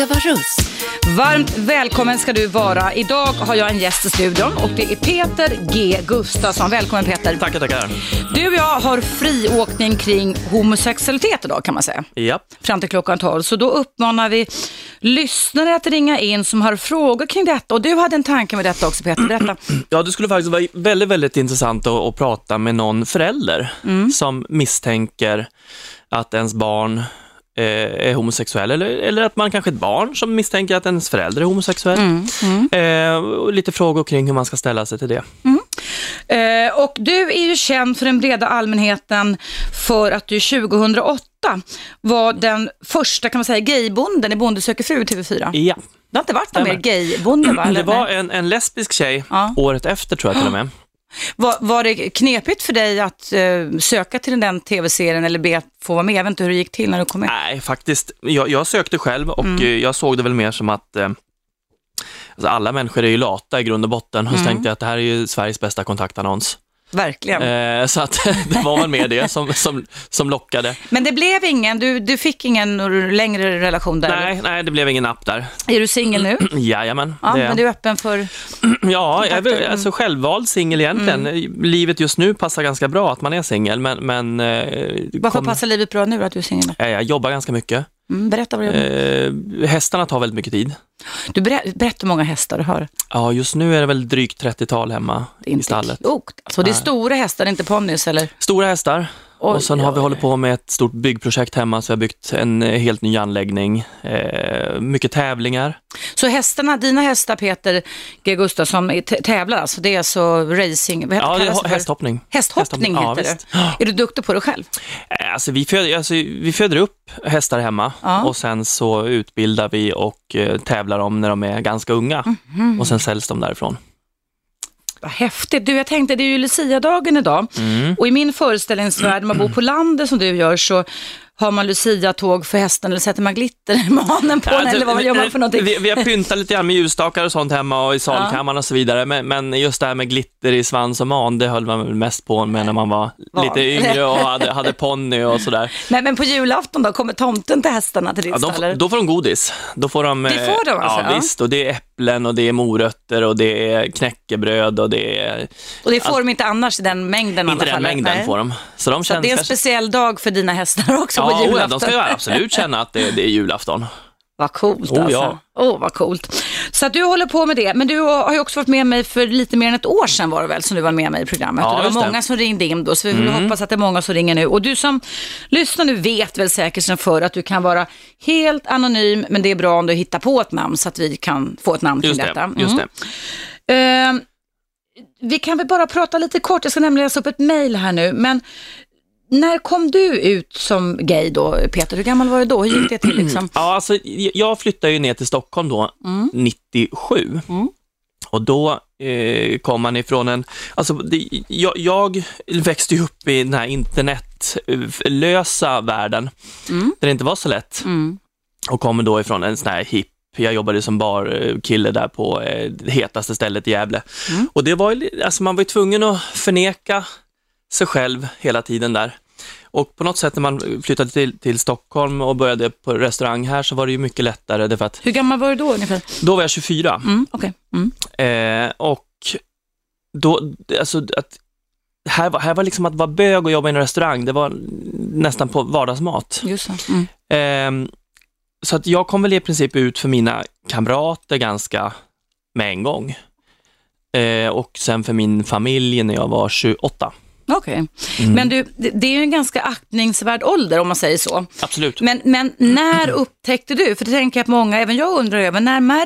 Eva Russ. Varmt välkommen ska du vara. Idag har jag en gäst i studion och det är Peter G. Gustafsson. Välkommen Peter. Tackar. Du och jag har friåkning kring homosexualitet idag kan man säga. Ja. Fram till klockan 12. Så då uppmanar vi lyssnare att ringa in som har frågor kring detta. Och du hade en tanke med detta också Peter. Berätta. Ja, det skulle faktiskt vara väldigt, väldigt intressant att prata med någon förälder som misstänker att ens barn är homosexuell eller att man kanske är ett barn som misstänker att ens förälder är homosexuell. Och lite frågor kring hur man ska ställa sig till det. Och du är ju känd för den breda allmänheten för att du 2008 var den första kan man säga gaybonden i Bonde söker fru TV4. Ja. Det har inte varit någon mer gaybonde va? Det var en lesbisk tjej året efter tror jag till och med. Var det knepigt för dig att söka till den tv-serien eller be att få vara med? Jag vet inte hur det gick till när du kom med. Nej, faktiskt. Jag sökte själv och jag såg det väl mer som att alltså alla människor är ju lata i grund och botten. Och så tänkte jag att det här är ju Sveriges bästa kontaktannons. Verkligen. Så att det var väl med det som lockade. Men det blev ingen, du fick ingen längre relation där? Nej, det blev ingen napp där. Är du singel nu? Jajamän. Ja, men du är öppen för... Ja, jag är alltså självvald singel egentligen. Livet just nu passar ganska bra att man är singel, men varför passar livet bra nu att du är singel? Jag jobbar ganska mycket. Berätta vad du gör. Hästarna tar väldigt mycket tid. Du berättar hur många hästar du har. Ja, just nu är det väl drygt 30-tal hemma i stallet. Alltså det är stora hästar, inte ponnys eller? Stora hästar. Och sen har vi hållit på med ett stort byggprojekt hemma så vi har byggt en helt ny anläggning. Mycket tävlingar. Så hästarna, dina hästar Peter G. Gustafsson tävlar alltså? Det är alltså racing? Det är hästhoppning. Hästhoppning heter det. Är du duktig på det själv? Alltså vi föder upp hästar hemma och sen så utbildar vi och tävlar om när de är ganska unga. Och sen säljs de därifrån. Vad häftigt. Du, jag tänkte, det är ju Lucia-dagen idag. Och i min föreställningsvärld, när man bor på landet som du gör, så har man Lucia-tåg för hästen eller sätter man glitter i manen på den, eller vad gör man för någonting? Vi har pyntat lite grann med ljusstakar och sånt hemma och i salkammaren och så vidare, men just det här med glitter i svans och man, det höll man mest på med när man var lite yngre och hade ponny och sådär. Men på julafton då, kommer tomten till hästarna till ditt eller? Då får de godis. Då får de, det får de alltså? Ja, visst, och det är äpplen och det är morötter och det är knäckebröd och det är... Och det får de inte annars i den mängden? Inte den mängden får de. Så de känns det är en speciell dag för dina hästar också. Ja, de ska ju absolut känna att det är julafton. Vad coolt alltså. Vad coolt. Så att du håller på med det. Men du har ju också varit med mig för lite mer än ett år sedan var det väl som du var med mig i programmet. Ja, och det var många som ringde in då, så vi vill hoppas att det är många som ringer nu. Och du som lyssnar nu vet väl säkert sen för att du kan vara helt anonym, men det är bra om du hittar på ett namn så att vi kan få ett namn till detta. Just det. Vi kan väl bara prata lite kort. Jag ska nämligen läsa upp ett mejl här nu, men när kom du ut som gay då, Peter? Hur gammal var du då? Hur gick det till liksom? Ja, alltså, jag flyttade ju ner till Stockholm då, 97. Och då kom man ifrån en... Alltså, jag växte ju upp i den här internetlösa världen. Där det inte var så lätt. Och kommer då ifrån en sån här hipp. Jag jobbade som barkille där på det hetaste stället i Gävle. Och det var alltså man var ju tvungen att förneka sig själv hela tiden där. Och på något sätt när man flyttade till Stockholm och började på restaurang här så var det ju mycket lättare. Därför att hur gammal var du då ungefär? Då var jag 24. Okay. Och då, alltså att här var liksom att vara bög och jobba i en restaurang, det var nästan på vardagsmat. Just så att jag kom väl i princip ut för mina kamrater ganska med en gång. Och sen för min familj när jag var 28. Okej. Men du, det är ju en ganska aktningsvärd ålder om man säger så. Absolut. Men när upptäckte du, för det tänker jag att många, även jag undrar över,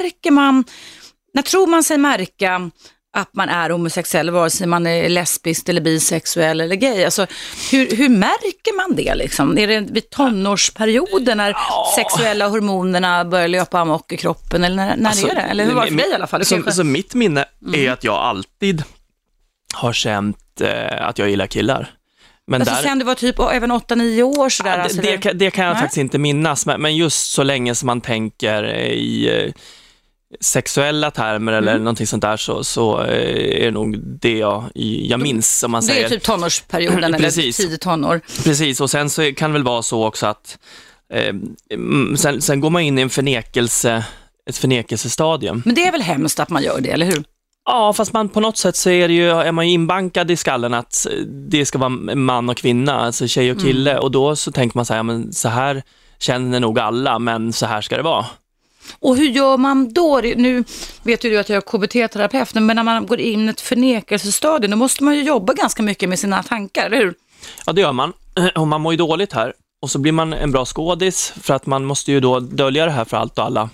när tror man sig märka att man är homosexuell, vare sig man är lesbisk eller bisexuell eller gay? Alltså, hur märker man det liksom? Är det vid tonårsperioden när sexuella hormonerna börjar löpa amok i kroppen, eller när alltså, är det? Eller hur var det för dig i alla fall? Så mitt minne är att jag alltid har känt att jag gillar killar. Men alltså sen du var typ även 8-9 år sådär? Ja, alltså det kan jag faktiskt inte minnas, men just så länge som man tänker i sexuella termer eller någonting sånt där så är det nog det jag minns, som man säger. Det är typ tonårsperioden eller tidigt tonår. Precis, och sen så kan det väl vara så också att Sen går man in i ett förnekelsestadium. Men det är väl hemskt att man gör det, eller hur? Ja, fast på något sätt så är man ju inbankad i skallen att det ska vara man och kvinna, alltså tjej och kille. Och då så tänker man så här, men så här känner nog alla, men så här ska det vara. Och hur gör man då? Nu vet ju du att jag är KBT-terapeut, men när man går in i ett förnekelsestadium, då måste man ju jobba ganska mycket med sina tankar, eller hur? Ja, det gör man. Och man mår ju dåligt här. Och så blir man en bra skådis, för att man måste ju då dölja det här för allt och alla.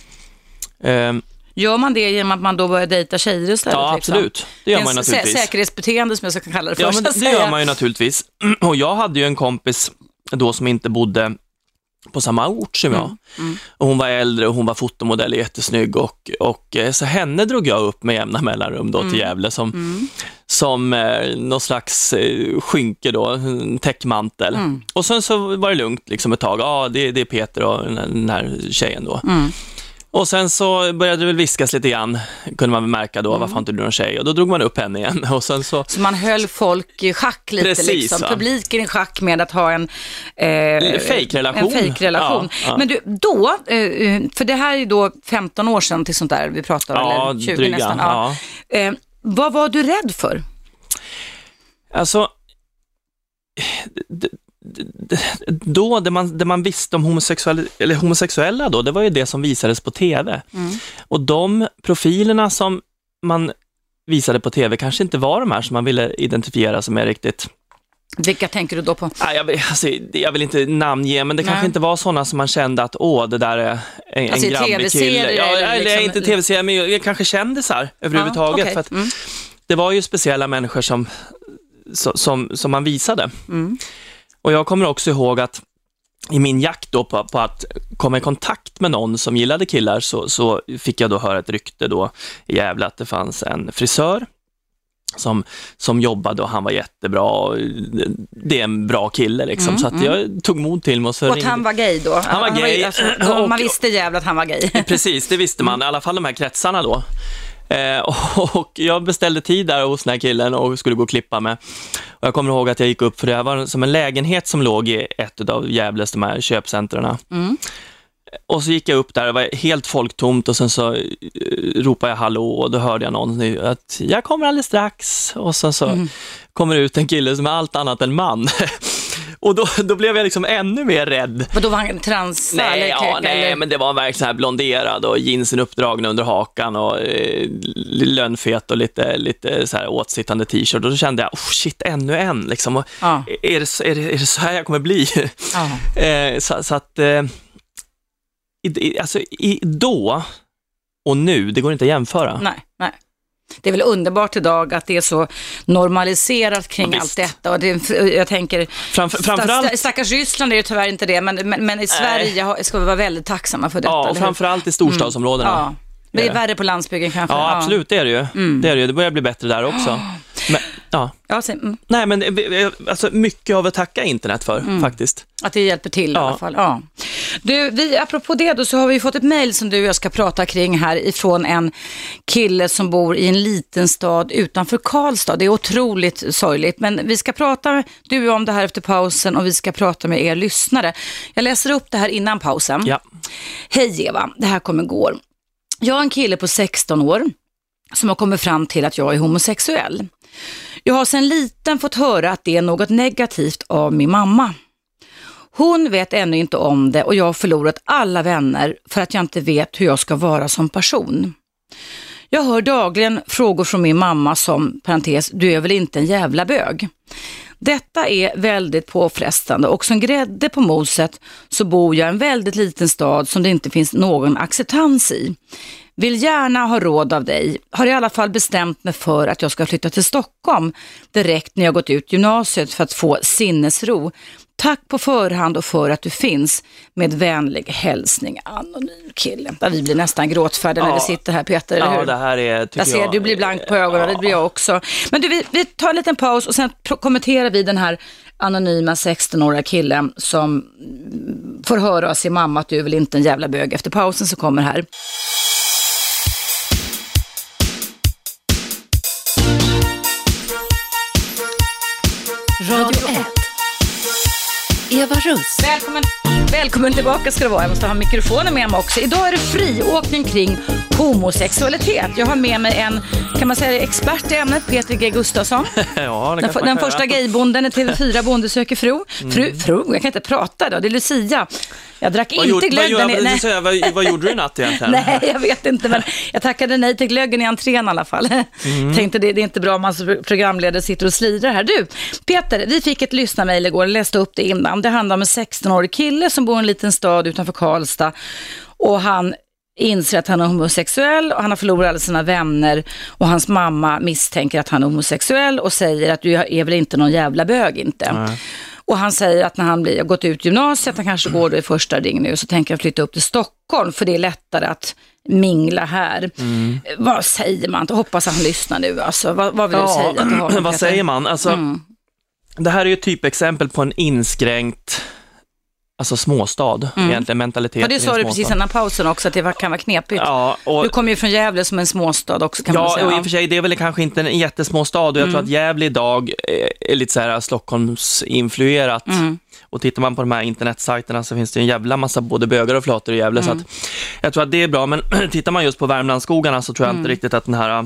Gör man det genom att man då börjar dejta tjejer istället? Ja, absolut. Liksom? Det gör man naturligtvis. Säkerhetsbeteende som jag ska kalla det för. Ja, men det gör man ju naturligtvis. Och jag hade ju en kompis då som inte bodde på samma ort som jag. Och hon var äldre och hon var fotomodell, jättesnygg. Och så henne drog jag upp med jämna mellanrum då till Gävle som någon slags skynke då, en täckmantel. Och sen så var det lugnt liksom ett tag. Ja, det är Peter och den här tjejen då. Och sen så började det väl viskas lite grann, kunde man väl märka då, varför inte du någon tjej? Och då drog man upp henne igen. Och sen så man höll folk i schack lite. Precis, liksom. Publiken i schack med att ha en fake-relation. Ja. Men du, då, för det här är ju då 15 år sedan till sånt där vi pratar om, eller 20 dryga, nästan. Ja. Vad var du rädd för? Alltså, då det man visste om homosexuella då, det var ju det som visades på tv. Och de profilerna som man visade på tv kanske inte var de här som man ville identifiera som är riktigt. Vilka tänker du då på? Jag vill inte namnge, men det kanske inte var sådana som man kände att det där är en grabbig kille. Eller inte tv-serier, men kanske kändisar överhuvudtaget. Okay. För att det var ju speciella människor som man visade. Och jag kommer också ihåg att i min jakt då på att komma i kontakt med någon som gillade killar så fick jag då höra ett rykte då i Gävle att det fanns en frisör som jobbade och han var jättebra. Det är en bra kille liksom. Så att jag tog mod till mig. Och att han var gay då? Han var gay. Man visste Gävle att han var gay. Precis, det visste man. I alla fall de här kretsarna då. Och jag beställde tid där hos den här killen och skulle gå och klippa med. Och jag kommer ihåg att jag gick upp, för det var som en lägenhet som låg i ett av Gävles de här köpcentrarna. Och så gick jag upp där, det var helt folktomt, och sen så ropade jag hallå, och då hörde jag någon att jag kommer alldeles strax. Och sen så kommer ut en kille som är allt annat än man. Och då blev jag liksom ännu mer rädd. Och då var han trans? Nej, men det var verkligen så här blonderad och jeansen uppdragna under hakan och lönnfet och lite så här åtsittande t-shirt. Och då kände jag, shit, ännu en liksom. Och är det så här jag kommer bli? Så att alltså då och nu, det går inte att jämföra. Nej. Det är väl underbart idag att det är så normaliserat kring allt detta. Och jag tänker, framförallt stackars Ryssland är ju tyvärr inte det, men i Sverige ska vi vara väldigt tacksamma för detta. Ja, och framförallt i storstadsområdena. Ja. Men det är värre på landsbygden kanske. Ja, absolut, det är det ju. Det börjar bli bättre där också. Men, Nej, men alltså, mycket av att tacka internet för, faktiskt. Att det hjälper till i alla fall. Ja. Du, apropå det då, så har vi fått ett mejl som du och jag ska prata kring här ifrån en kille som bor i en liten stad utanför Karlstad. Det är otroligt sorgligt, men vi ska prata du om det här efter pausen, och vi ska prata med er lyssnare. Jag läser upp det här innan pausen. Ja. Hej Eva, det här kommer gå. Jag är en kille på 16 år som har kommit fram till att jag är homosexuell. Jag har sedan liten fått höra att det är något negativt av min mamma. Hon vet ännu inte om det, och jag har förlorat alla vänner för att jag inte vet hur jag ska vara som person. Jag hör dagligen frågor från min mamma som, parentes, du är väl inte en jävla bög? Detta är väldigt påfrestande, och som grädde på moset så bor jag i en väldigt liten stad som det inte finns någon acceptans i. Vill gärna ha råd av dig. Har i alla fall bestämt mig för att jag ska flytta till Stockholm direkt när jag gått ut gymnasiet för att få sinnesro. Tack på förhand och för att du finns. Med vänlig hälsning, anonym kille. Där vi blir nästan gråtfärdiga när vi sitter här, Peter, eller hur? Ja, det här är, tycker jag. Ser, du blir blank på ögonen, det blir jag också. Men du, vi tar en liten paus och sen kommenterar vi den här anonyma 16-åriga killen som får höra av sin mamma att du är väl inte en jävla bög. Efter pausen så kommer här. Radio 1. Eva Russ. Välkommen. Välkommen tillbaka ska det vara. Jag måste ha mikrofonen med mig också. Idag är det friåkning kring homosexualitet. Jag har med mig en, kan man säga, expert i ämnet, Peter G. Gustafsson. Ja, den första gaybonden är TV4 Bonde söker fru. Fru, jag kan inte prata då. Det är Lucia. Jag drack inte glöggen. Vad gjorde du i natt egentligen? Nej, jag vet inte, men jag tackade nej till glöggen i entrén i alla fall. Tänkte det är inte bra om man som programledare sitter och slirar här. Du, Peter, vi fick ett lyssnarmail igår och läste upp det innan. Det handlar om en 16-årig kille som bor i en liten stad utanför Karlstad och han inser att han är homosexuell och han har förlorat alla sina vänner och hans mamma misstänker att han är homosexuell och säger att du är väl inte någon jävla bög inte. Nej. Och han säger att när han har gått ut gymnasiet, han kanske går då i första ring nu, så tänker jag flytta upp till Stockholm för det är lättare att mingla här. Vad säger man? Jag hoppas att han lyssnar nu. Alltså, vad vill du säga till honom? Vad säger man? Alltså, det här är ju ett typexempel på en inskränkt småstad, egentligen mentalitet. Och det sa du precis innan pausen också, att det kan vara knepigt. Ja, du kommer ju från Gävle som en småstad också, kan man säga. Ja, och i och för sig, det är väl kanske inte en jättesmå stad, och jag tror att Gävle idag är lite så här Stockholmsinfluerat. Och tittar man på de här internetsajterna så finns det en jävla massa både bögar och flator i Gävle, så att jag tror att det är bra, men tittar man just på Värmlandsskogarna så tror jag inte riktigt att den här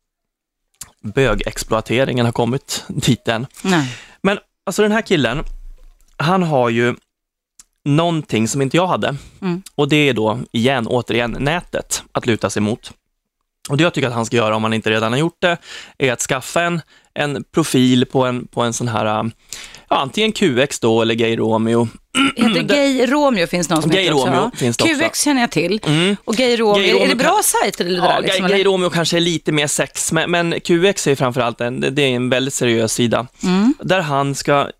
bögexploateringen har kommit dit än. Nej. Men alltså den här killen, han har ju någonting som inte jag hade. Och det är då återigen nätet att luta sig mot. Och det jag tycker att han ska göra, om han inte redan har gjort det, är att skaffa en profil på en sån här antingen QX då eller Gay Romeo. Heter Gay Romeo finns någon som Gay heter också. Romeo finns det också. QX känner jag till. Och Gay Romeo, är det bra sajt eller det där? Liksom, Gay Romeo kanske är lite mer sex, men QX är framförallt det är en väldigt seriös sida. Där han ska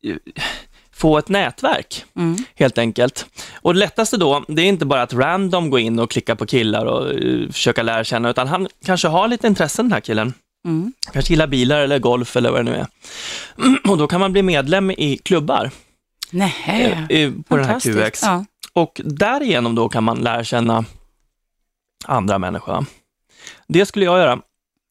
få ett nätverk, helt enkelt. Och det lättaste då, det är inte bara att random gå in och klicka på killar och försöka lära känna, utan han kanske har lite intressen, den här killen. Kanske gillar bilar eller golf eller vad det nu är. Och då kan man bli medlem i klubbar. På den här QX. Ja. Och därigenom då kan man lära känna andra människor. Det skulle jag göra.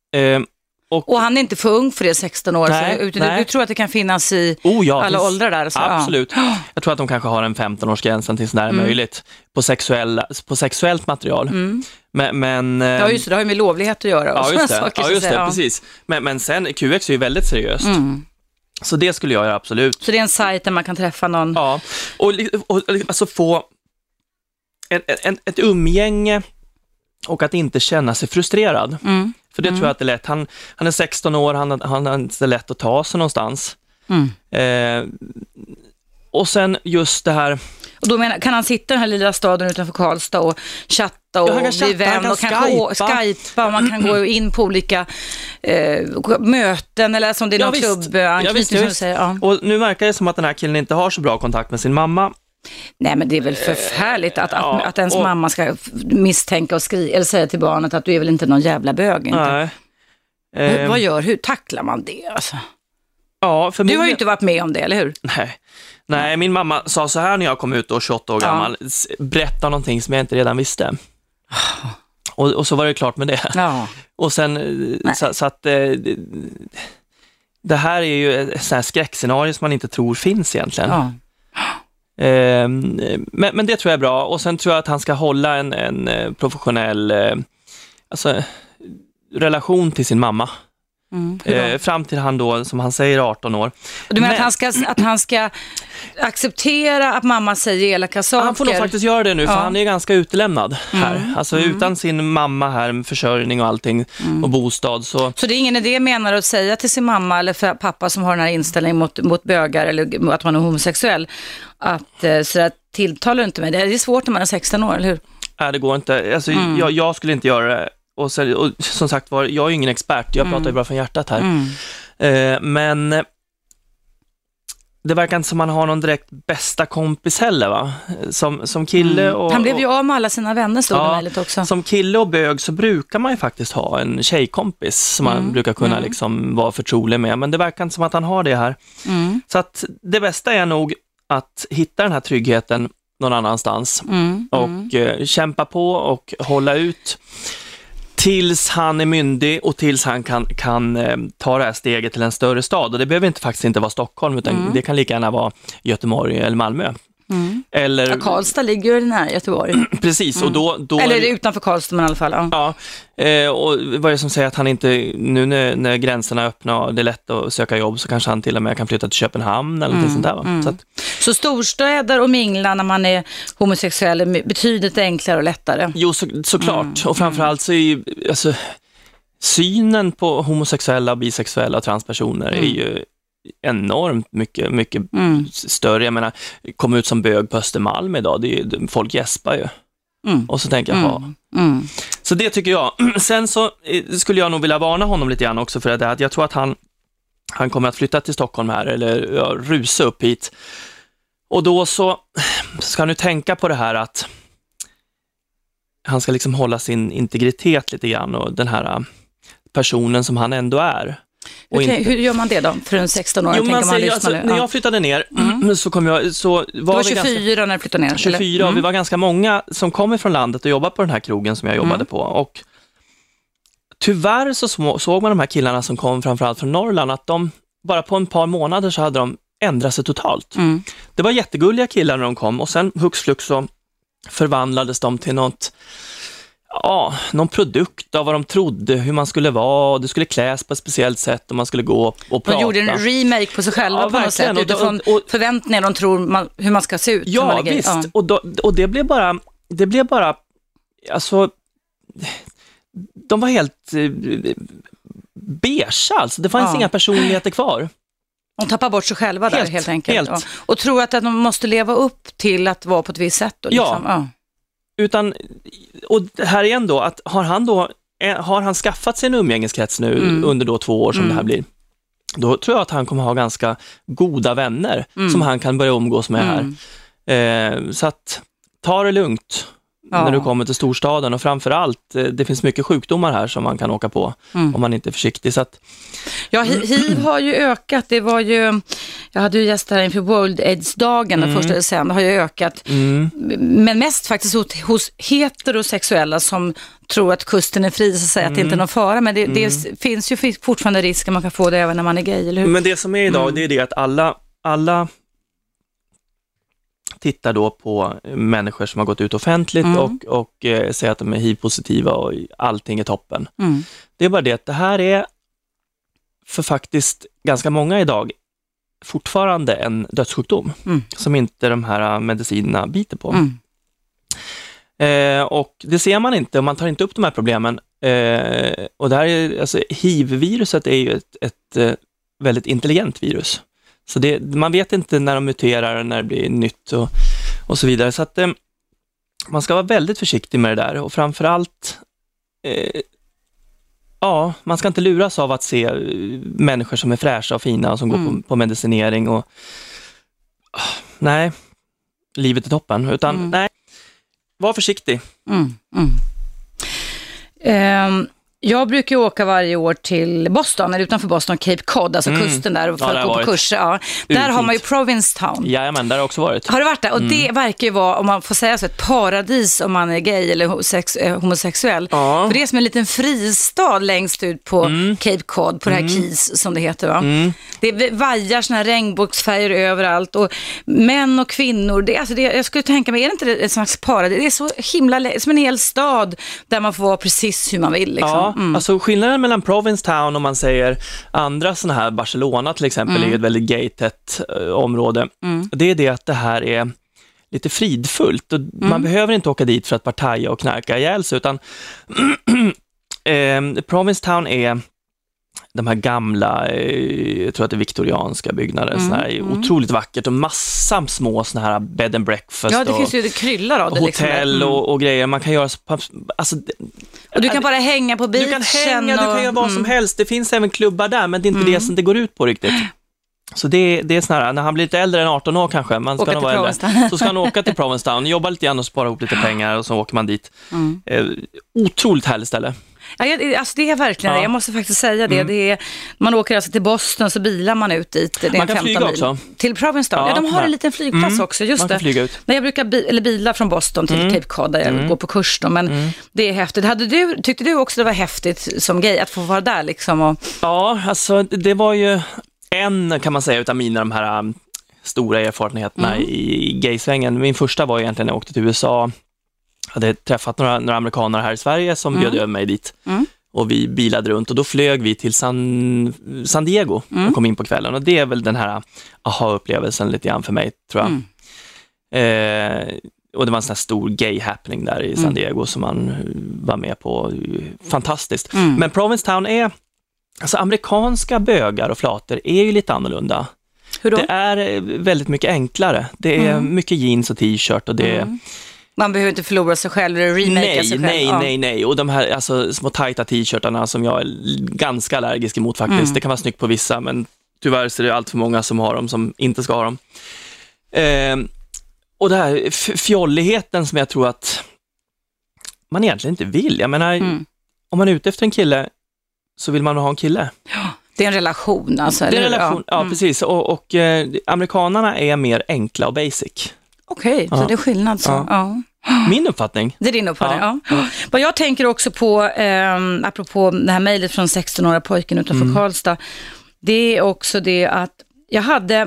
Och han är inte för ung för det, 16 år. Nej. Du tror att det kan finnas i alla åldrar där? Så, absolut. Jag tror att de kanske har en 15-årsgränsen tills när det är möjligt. På sexuellt material. Men, ja, just det. Det har ju med lovlighet att göra. Ja, just det. Precis. Men sen, QX är ju väldigt seriöst. Så det skulle jag göra, absolut. Så det är en sajt där man kan träffa någon? Ja, och alltså få ett umgänge och att inte känna sig frustrerad. För det tror jag att det är lätt. Han är 16 år, han har inte lätt att ta sig någonstans. Och sen just det här... Och då kan han sitta i den här lilla staden utanför Karlstad och chatta och bli vän och kanske skypa och man kan gå in på olika möten eller som det är någon klubb. Och nu verkar det som att den här killen inte har så bra kontakt med sin mamma. Nej, men det är väl förfärligt att ens mamma ska misstänka och skriva eller säga till barnet att du är väl inte någon jävla bög. Inte. Nej. Hur tacklar man det alltså? Ja, du har ju inte varit med om det, eller hur? Nej, min mamma sa så här när jag kom ut och 28 år gammal. Berätta någonting som jag inte redan visste. Och så var det klart med det. Ja. Och sen så att det här är ju ett sånt här skräckscenario som man inte tror finns egentligen. Ja. Men det tror jag är bra. Och sen tror jag att han ska hålla en professionell relation till sin mamma. Fram till han då, som han säger, 18 år. Du menar att han ska acceptera att mamma säger elaka saker? Han får nog faktiskt göra det nu, för han är ganska utelämnad här. Alltså utan sin mamma här med försörjning och allting och bostad. Så det är ingen idé, menar du, att säga till sin mamma eller för pappa som har den här inställningen mot bögar eller att man är homosexuell att så där tilltalar inte mig. Det är svårt när man är 16 år, eller hur? Nej, det går inte. Alltså, jag skulle inte göra det. Och som sagt var, jag är ju ingen expert. Jag pratar ju bara från hjärtat här. Men det verkar inte som man har någon direkt bästa kompis heller, va? Som kille och... Han blev ju av med alla sina vänner, stod det möjligt också. Som kille och bög så brukar man ju faktiskt ha en tjejkompis som man brukar kunna liksom vara förtrolig med. Men det verkar inte som att han har det här. Så att det bästa är nog att hitta den här tryggheten någon annanstans. Och kämpa på och hålla ut tills han är myndig och tills han kan ta det här steget till en större stad. Och det behöver faktiskt inte vara Stockholm, utan det kan lika gärna vara Göteborg eller Malmö. Eller... Karlstad ligger ju i den här Göteborg. Precis, och då... Eller utanför Karlstad, men i alla fall. Ja, och vad är det som säger att han inte, nu när gränserna är öppna och det är lätt att söka jobb, så kanske han till och med kan flytta till Köpenhamn eller något sånt där. Va? Så storstäder och mingla när man är homosexuell är betydligt enklare och lättare? Jo, såklart. Och framförallt så är ju, alltså, synen på homosexuella, bisexuella och transpersoner är ju enormt mycket större. Jag menar, kom ut som bög på Östermalm idag, folk gäspar ju. Och så tänker jag, Så det tycker jag. Sen så skulle jag nog vilja varna honom lite grann också för det, att jag tror att han kommer att flytta till Stockholm här, eller rusa upp hit. Och då så ska nu tänka på det här att han ska liksom hålla sin integritet lite grann, och den här personen som han ändå är. Hur gör man det då för en 16-åring? När jag flyttade ner så kom jag... Det var 24 när du flyttade ner? 24, och vi var ganska många som kom från landet och jobbade på den här krogen som jag jobbade på. Och tyvärr så såg man de här killarna som kom framförallt från Norrland, att de bara på en par månader så hade de ändrat sig totalt. Det var jättegulliga killar när de kom, och sen hux flux så förvandlades de till någon produkt av vad de trodde hur man skulle vara, det skulle kläs på ett speciellt sätt och man skulle gå och prata. De gjorde en remake på sig själva på något sätt, utifrån förväntningar de tror hur man ska se ut. Ja, visst. Och det blev bara alltså, de var helt beige, alltså. Det fanns inga personligheter kvar. De tappar bort sig själva där helt enkelt. Helt. Och tror att de måste leva upp till att vara på ett visst sätt. Då, liksom. Utan, och här igen då, att har han skaffat sig en umgängeskrets nu under då 2 år som det här blir, då tror jag att han kommer ha ganska goda vänner som han kan börja umgås med här. Så att ta det lugnt när du kommer till storstaden, och framförallt, det finns mycket sjukdomar här som man kan åka på om man inte är försiktig. Så att... Ja, HIV har ju ökat. Det var ju, jag hade ju gäst här inför World AIDS-dagen den 1 december, har ju ökat. Men mest faktiskt hos heterosexuella som tror att kusten är fri, så att säga, att det inte är någon fara. Men det finns ju fortfarande risk att man kan få det även när man är gay, eller hur? Men det som är idag, det är det att alla tittar då på människor som har gått ut offentligt och säger att de är HIV-positiva och allting är toppen. Det är bara det att det här är för faktiskt ganska många idag fortfarande en dödssjukdom som inte de här medicinerna biter på. Och det ser man inte, och man tar inte upp de här problemen. Och det här är, alltså, HIV-viruset är ju ett väldigt intelligent virus. Så man vet inte när de muterar, när det blir nytt och så vidare. Så att man ska vara väldigt försiktig med det där. Och framförallt, man ska inte luras av att se människor som är fräscha och fina och som går på medicinering. Och nej, livet är toppen. Utan nej, var försiktig. Jag brukar åka varje år till Boston, eller utanför Boston, Cape Cod, alltså kusten där, för att gå på kurser. Ja. Där har man ju Provincetown. Jajamän, där har jag också varit. Har du varit där? Och det verkar ju vara, om man får säga så, ett paradis om man är gay eller homosexuell. Ja. För det är som en liten fristad längst ut på Cape Cod, på det här Keys som det heter, va? Det vajar såna här regnbågsfärger överallt, och män och kvinnor, jag skulle tänka mig, är det inte ett slags paradis? Det är så himla, som en hel stad där man får vara precis hur man vill, liksom. Ja. Alltså skillnaden mellan Provincetown, om man säger andra sådana här, Barcelona till exempel, är ett väldigt gay-tätt område. Det är det att det här är lite fridfullt, och man behöver inte åka dit för att partaja och knarka ihjäl sig, utan Provincetown är de här gamla, jag tror att det är viktorianska byggnader, otroligt vackert, och massa små såna här bed and breakfast. Ja, det finns ju, det kryllar av det. Hotell liksom. Och grejer. Man kan göra alltså, och du kan bara hänga på beachen. Du kan göra vad som helst. Det finns även klubbar där, men det är inte det som det går ut på riktigt. Så det är sån här, när han blir lite äldre än 18 år kanske, man ska nog vara äldre, så ska han åka till Provincetown, jobba lite grann och spara ihop lite pengar, och så åker man dit. Otroligt härligt ställe. Ja, alltså det är verkligen det. Jag måste faktiskt säga det. Man åker alltså till Boston, så bilar man ut dit. Det är man kan flyga också. Till Provincetown. Ja, de har en liten flygplats också, just man kan flyga ut. När jag brukar bila från Boston till Cape Cod, där jag går på kurs då, men det är häftigt. Tyckte du också det var häftigt som gay att få vara där liksom? Ja, alltså det var ju kan man säga, utav mina de här stora erfarenheterna i gaysvängen. Min första var egentligen när jag åkte till USA. Jag hade träffat några amerikaner här i Sverige som bjöd över mig dit. Och vi bilade runt och då flög vi till San Diego och kom in på kvällen. Och det är väl den här aha-upplevelsen lite grann för mig, tror jag. Och det var en sån här stor gay-happening där i San Diego som man var med på. Fantastiskt. Men Provincetown är... Alltså amerikanska bögar och flator är ju lite annorlunda. Hur då? Det är väldigt mycket enklare. Det är mycket jeans och t-shirt och det är... Man behöver inte förlora sig själv eller remakea sig själv. Nej. Och de här alltså, små tajta t-shirtarna som jag är ganska allergisk emot faktiskt. Det kan vara snyggt på vissa, men tyvärr så är det allt för många som har dem som inte ska ha dem. Och det här fjolligheten som jag tror att man egentligen inte vill. Jag menar, om man är ute efter en kille så vill man ha en kille. Ja, det är en relation alltså. Det är en relation, ja precis. Och amerikanerna är mer enkla och basic. Okej, så det är skillnad så. Ja. Min uppfattning. Det är din uppfattning, ja. Vad jag tänker också på, apropå det här mejlet från 16-åriga pojken utanför Karlstad, det är också det att jag hade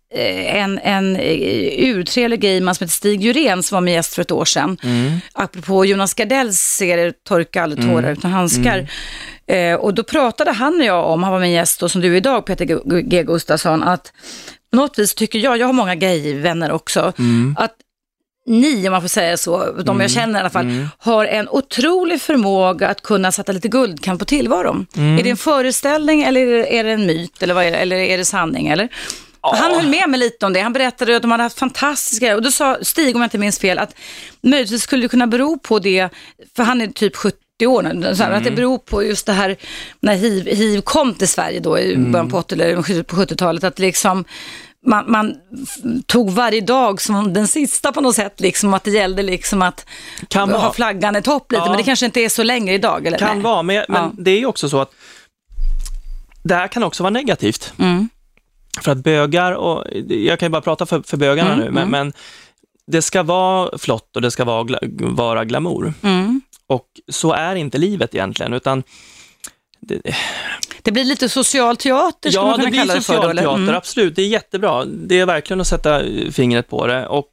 en urtrevlig gayman som heter Stig Jurén som var med gäst för ett år sedan. Apropå Jonas Gardells serie Torka aldrig tårar utan handskar. Och då pratade han och jag om, han var min gäst och som du idag, Peter G. Gustafsson, att på något vis tycker jag har många gayvänner också, att ni, om man får säga så, de jag känner i alla fall, har en otrolig förmåga att kunna sätta lite guldkant på tillvaron. Är det en föreställning eller är det en myt eller vad är det, eller är det sanning eller? Han höll med mig lite om det. Han berättade att de hade haft fantastiska, och då sa Stig, om jag inte minns fel, att möjligtvis skulle det kunna bero på det, för han är typ 70 år nu, så att det beror på just det här när HIV kom till Sverige då i början på 70-talet, att liksom man tog varje dag som den sista på något sätt, liksom att det gällde liksom att ha flaggan i topp lite, men det kanske inte är så länge idag. Eller? Kan vara, men det är ju också så att det här kan också vara negativt. För att bögar, och jag kan ju bara prata för bögarna nu, men det ska vara flott och det ska vara glamour. Och så är inte livet egentligen, utan det blir lite social teater, skulle man kunna kalla det för. Ja, det blir social teater, absolut. Det är jättebra. Det är verkligen att sätta fingret på det. Och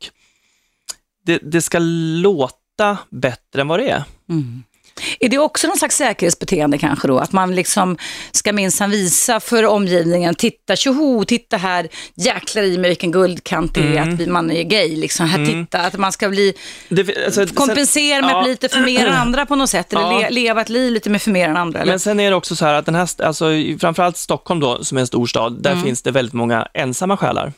det ska låta bättre än vad det är. Är det också någon slags säkerhetsbeteende kanske då? Att man liksom ska minsann visa för omgivningen, titta här, jäklar i mig vilken guldkant det är att man är gay. Liksom. Här, titta, att man ska bli kompensera med lite för mer än andra på något sätt. Eller leva ett liv lite mer för mer än andra. Eller? Men sen är det också så här att den här, alltså, framförallt Stockholm då, som är en stor stad, där finns det väldigt många ensamma själar.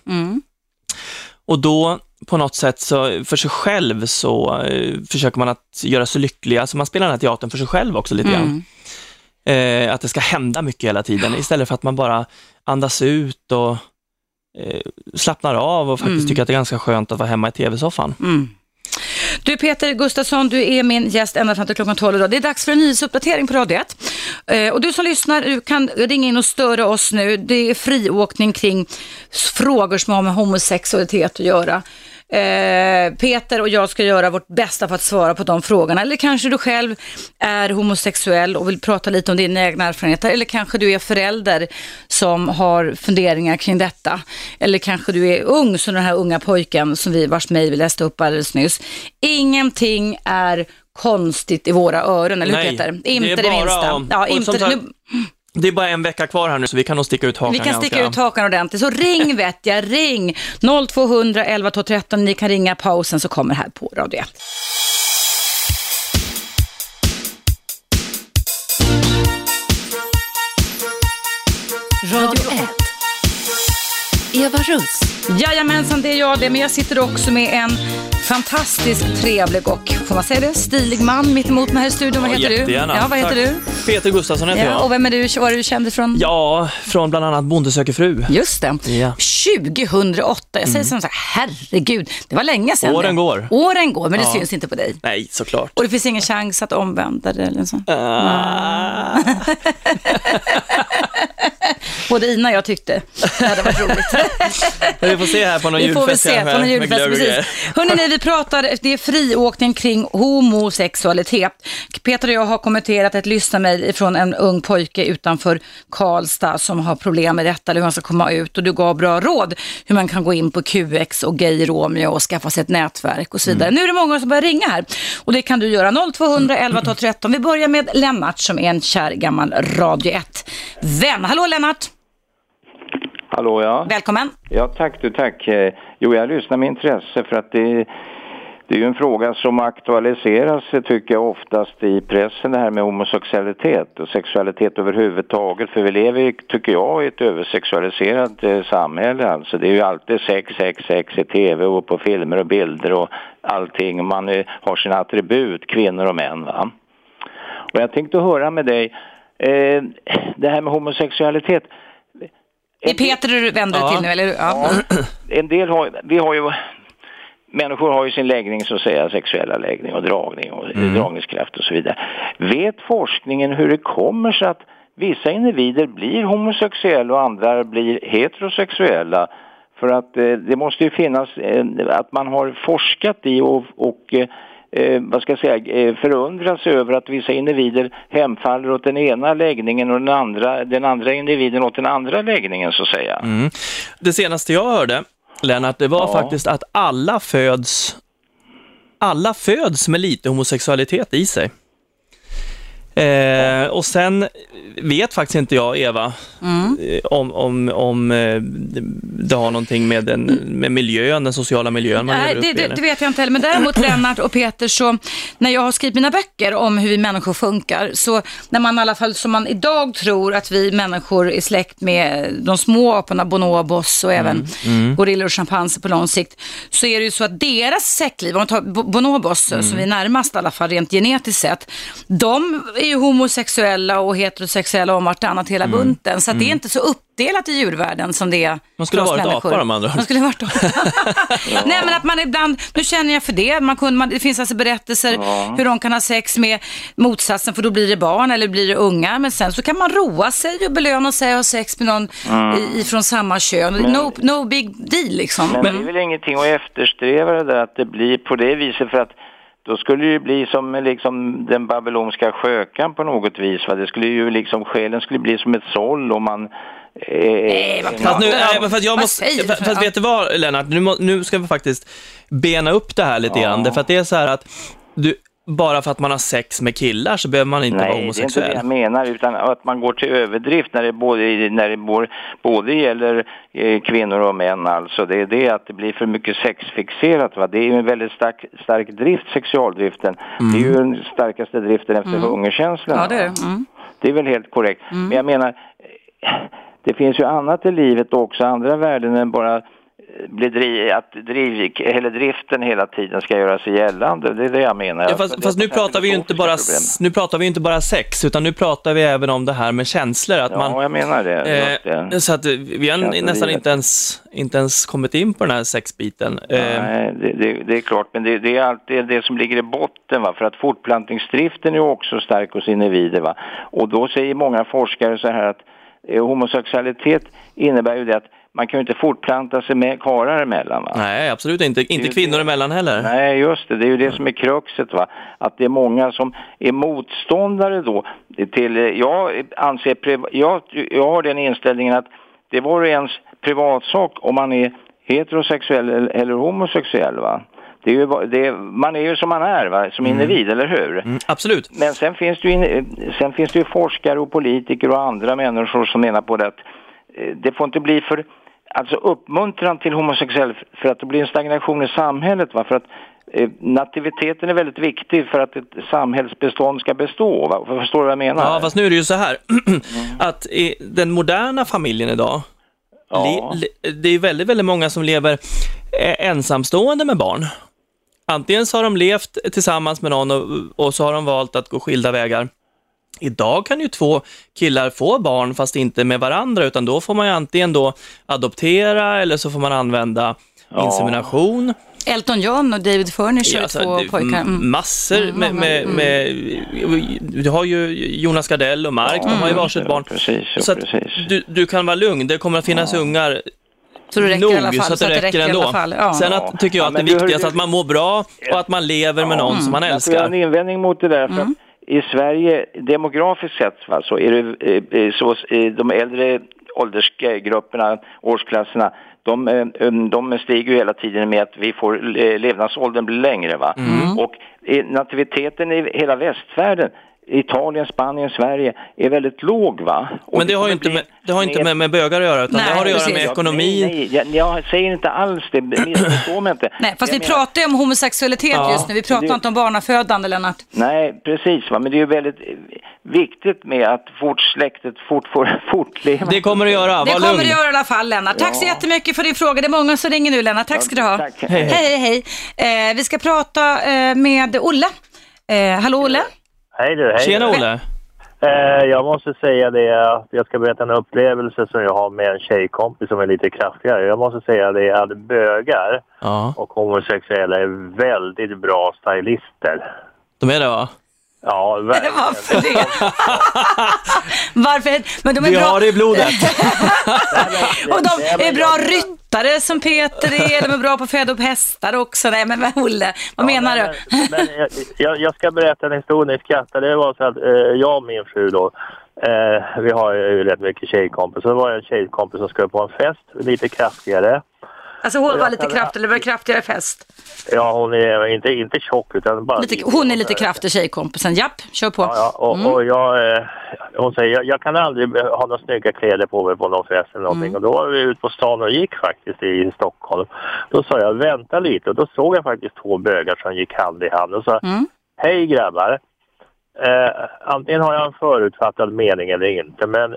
Och då på något sätt så för sig själv så försöker man att göra sig lycklig. Alltså man spelar den här teatern för sig själv också lite grann. Att det ska hända mycket hela tiden istället för att man bara andas ut och slappnar av och faktiskt tycker att det är ganska skönt att vara hemma i tv-soffan. Du Peter Gustafsson, du är min gäst ända fram till klockan 12 idag. Det är dags för en nyhetsuppdatering på Radio 1. Och du som lyssnar, du kan ringa in och störa oss nu. Det är friåkning kring frågor som har med homosexualitet att göra. Peter och jag ska göra vårt bästa för att svara på de frågorna. Eller kanske du själv är homosexuell och vill prata lite om dina egna erfarenheter. Eller kanske du är förälder som har funderingar kring detta. Eller kanske du är ung som den här unga pojken som vars mejl vi läste upp alldeles nyss. Ingenting är konstigt i våra öron, eller hur Peter? Inte det minsta. Det är bara en vecka kvar här nu så vi kan nog sticka ut hakan. Vi kan sticka ut hakan ordentligt. Så ring ring 0200 11 213. Ni kan ringa pausen så kommer här på Radio 1. Radio 1. Eva Russ. Jajamensan, det är jag det. Men jag sitter också med en fantastiskt trevlig och, får man säga det, stilig man mitt emot mig här i studion. Vad heter du? Ja, vad heter du? Peter Gustafsson heter jag. Och vem är du? Var är du känd ifrån? Ja, från bland annat Bonde söker fru. Just det. Ja. 2008. Jag säger så här, herregud, det var länge sedan. Åren går, men det syns inte på dig. Nej, såklart. Och det finns ingen chans att omvända det eller så. Både Ina och jag tyckte det hade varit roligt. Vi får se här på någon julfest. Vi får se på någon julfest, precis. Hörrni, vi pratar, det är friåkning kring homosexualitet. Peter och jag har kommenterat ett lyssnarmail från en ung pojke utanför Karlstad som har problem med detta, eller hur man ska komma ut, och du gav bra råd hur man kan gå in på QX och Gay Romeo och skaffa sig ett nätverk och så vidare. Nu är det många som börjar ringa här och det kan du göra 0200 11 12 13. Vi börjar med Lennart som är en kär gammal Radio 1-vän. Hallå Lennart! Hallå, ja. Välkommen. Ja, tack. Jo, jag lyssnar med intresse för att det är ju en fråga som aktualiseras, tycker jag, oftast i pressen, det här med homosexualitet och sexualitet överhuvudtaget. För vi lever, tycker jag, i ett översexualiserat samhälle. Alltså det är ju alltid sex i tv och på filmer och bilder och allting. Man har sina attribut, kvinnor och män, va? Och jag tänkte höra med dig, det här med homosexualitet. Det är Peter du vänder dig till nu, eller? Ja. En del människor har ju sin läggning, så att säga, sexuella läggning och dragning och dragningskraft och så vidare. Vet forskningen hur det kommer sig att vissa individer blir homosexuella och andra blir heterosexuella? För att det måste ju finnas att man har forskat i och vad ska jag säga, förundras över att vissa individer hemfaller åt den ena läggningen och den andra individen åt den andra läggningen, så att säga. Det senaste jag hörde, Lennart, det var faktiskt att alla föds med lite homosexualitet i sig. Och sen vet faktiskt inte jag, Eva, om det har någonting med miljön, den sociala miljön man lever upp i. Det vet jag inte heller, men däremot Lennart och Peter, så när jag har skrivit mina böcker om hur vi människor funkar, så när man i alla fall som man idag tror att vi människor är släkt med de små aporna, bonobos och även gorillor och schimpanser på lång sikt, så är det ju så att deras säckliv, om man tar bonobos som vi är närmast i alla fall rent genetiskt sett, de är ju homosexuella och heterosexuella om vartannat hela bunten. Så att det är inte så uppdelat i djurvärlden som det är. Man skulle ha varit apor, de andra. Man skulle ha varit Nej, men att man ibland, nu känner jag för det, det finns alltså berättelser hur de kan ha sex med motsatsen, för då blir det barn eller blir det unga, men sen så kan man roa sig och belöna sig och ha sex med någon ifrån samma kön. No big deal liksom. Men det är väl ingenting att eftersträva det där, att det blir på det viset, för att då skulle det ju bli som liksom den babylonska skökan på något vis, va? Det skulle ju liksom, själen skulle bli som ett såll om man... Fast vet du vad, Lennart? Nu ska vi faktiskt bena upp det här lite grann. För att det är så här att bara för att man har sex med killar så behöver man inte vara homosexuell. Nej, det är inte det jag menar, utan att man går till överdrift när det både gäller kvinnor och män. Alltså det är det att det blir för mycket sexfixerat, va? Det är ju en väldigt stark drift, sexualdriften. Det är ju den starkaste driften efter hungerkänslan. Ja, det är det. Det är väl helt korrekt. Men jag menar, det finns ju annat i livet också, andra värden än bara driften hela tiden ska göra sig gällande. Det är det jag menar. Ja, fast nu pratar vi ju inte bara sex, utan nu pratar vi även om det här med känslor. Att jag menar det. Så att vi har nästan inte ens kommit in på den här sexbiten. Nej, det är klart, men det är alltid det som ligger i botten, va? För att fortplantningsdriften är också stark hos individer, va? Och då säger många forskare så här att homosexualitet innebär ju det att man kan ju inte fortplanta sig med karlar emellan, va? Nej, absolut inte. Inte kvinnor emellan heller. Nej, just det. Det är ju det som är kruxet, va? Att det är många som är motståndare då till... Jag har den inställningen att det var ens privatsak om man är heterosexuell eller homosexuell, va? Man är ju som man är, va? Som individ, eller hur? Absolut. Men sen finns det ju forskare och politiker och andra människor som menar på det att det får inte bli för uppmuntran till homosexuell, för att det blir en stagnation i samhället, va? För att nativiteten är väldigt viktig för att ett samhällsbestånd ska bestå, va? Förstår du vad jag menar? Ja, fast nu är det ju så här att i den moderna familjen idag, det är väldigt, väldigt många som lever ensamstående med barn. Antingen så har de levt tillsammans med någon och så har de valt att gå skilda vägar. Idag kan ju 2 killar få barn fast inte med varandra, utan då får man ju antingen då adoptera eller så får man använda insemination. Elton John och David Furnish är två pojkar. Massor med du har ju Jonas Gardell och Mark, de har ju varsitt barn. Precis, så att du kan vara lugn, det kommer att finnas ungar så det räcker nog, i alla fall, så att det räcker ändå. Ja. Sen tycker jag att det viktigaste är att man mår bra och att man lever med någon som man älskar. Jag har en invändning mot det där, för att i Sverige, demografiskt sett, så är det så de äldre åldersgrupperna, årsklasserna, de stiger ju hela tiden med att vi får levnadsåldern bli längre, va? Och nativiteten i hela västvärlden, Italien, Spanien, Sverige, är väldigt låg, va? Och men det har ju inte med bögar att göra, utan det har att göra med ekonomi. Nej, jag säger inte alls det, missförstår mig inte. Nej, fast vi pratar ju om homosexualitet just nu, vi pratar inte om barnafödande, Lennart. Nej, precis, va? Men det är ju väldigt viktigt med att släktet får fortleva. Det kommer att göra, det kommer att göra i alla fall, Lennart. Tack så jättemycket för din fråga, det är många som ringer nu, Lennart. Tack ska du ha. Tack. Hej. Vi ska prata med Olle. Hallå, Olle. Hej du, hej. Tjena, Olle. Jag måste säga det att jag ska berätta en upplevelse som jag har med en tjejkompis som är lite kraftigare. Jag måste säga det att bögar och homosexuella är väldigt bra stylister. De är det, va? Ja, verkligen. Varför det? Varför? Men de är vi bra. har det i blodet. Och de är bra ryttare som Peter är. De är bra på att föda upp hästar också. Nej, men Olle, vad menar du? Men jag ska berätta en historia. Ni skrattar. Det var så att jag och min fru då, vi har ju rätt mycket tjejkompis. Så det var en tjejkompis som skulle på en fest, lite kraftigare. Alltså hon var lite kraftig, eller var det kraftigare fest? Ja, hon är inte tjock utan bara... Hon är lite kraftig, tjejkompisen. Japp, kör på. Ja, och hon säger, jag kan aldrig ha några snygga kläder på mig på någon fest eller någonting. Och då var vi ute på stan och gick faktiskt i Stockholm. Då sa jag, vänta lite. Och då såg jag faktiskt två bögar som gick hand i hand och sa, hej grabbar. Antingen har jag en förutfattad mening eller inte, men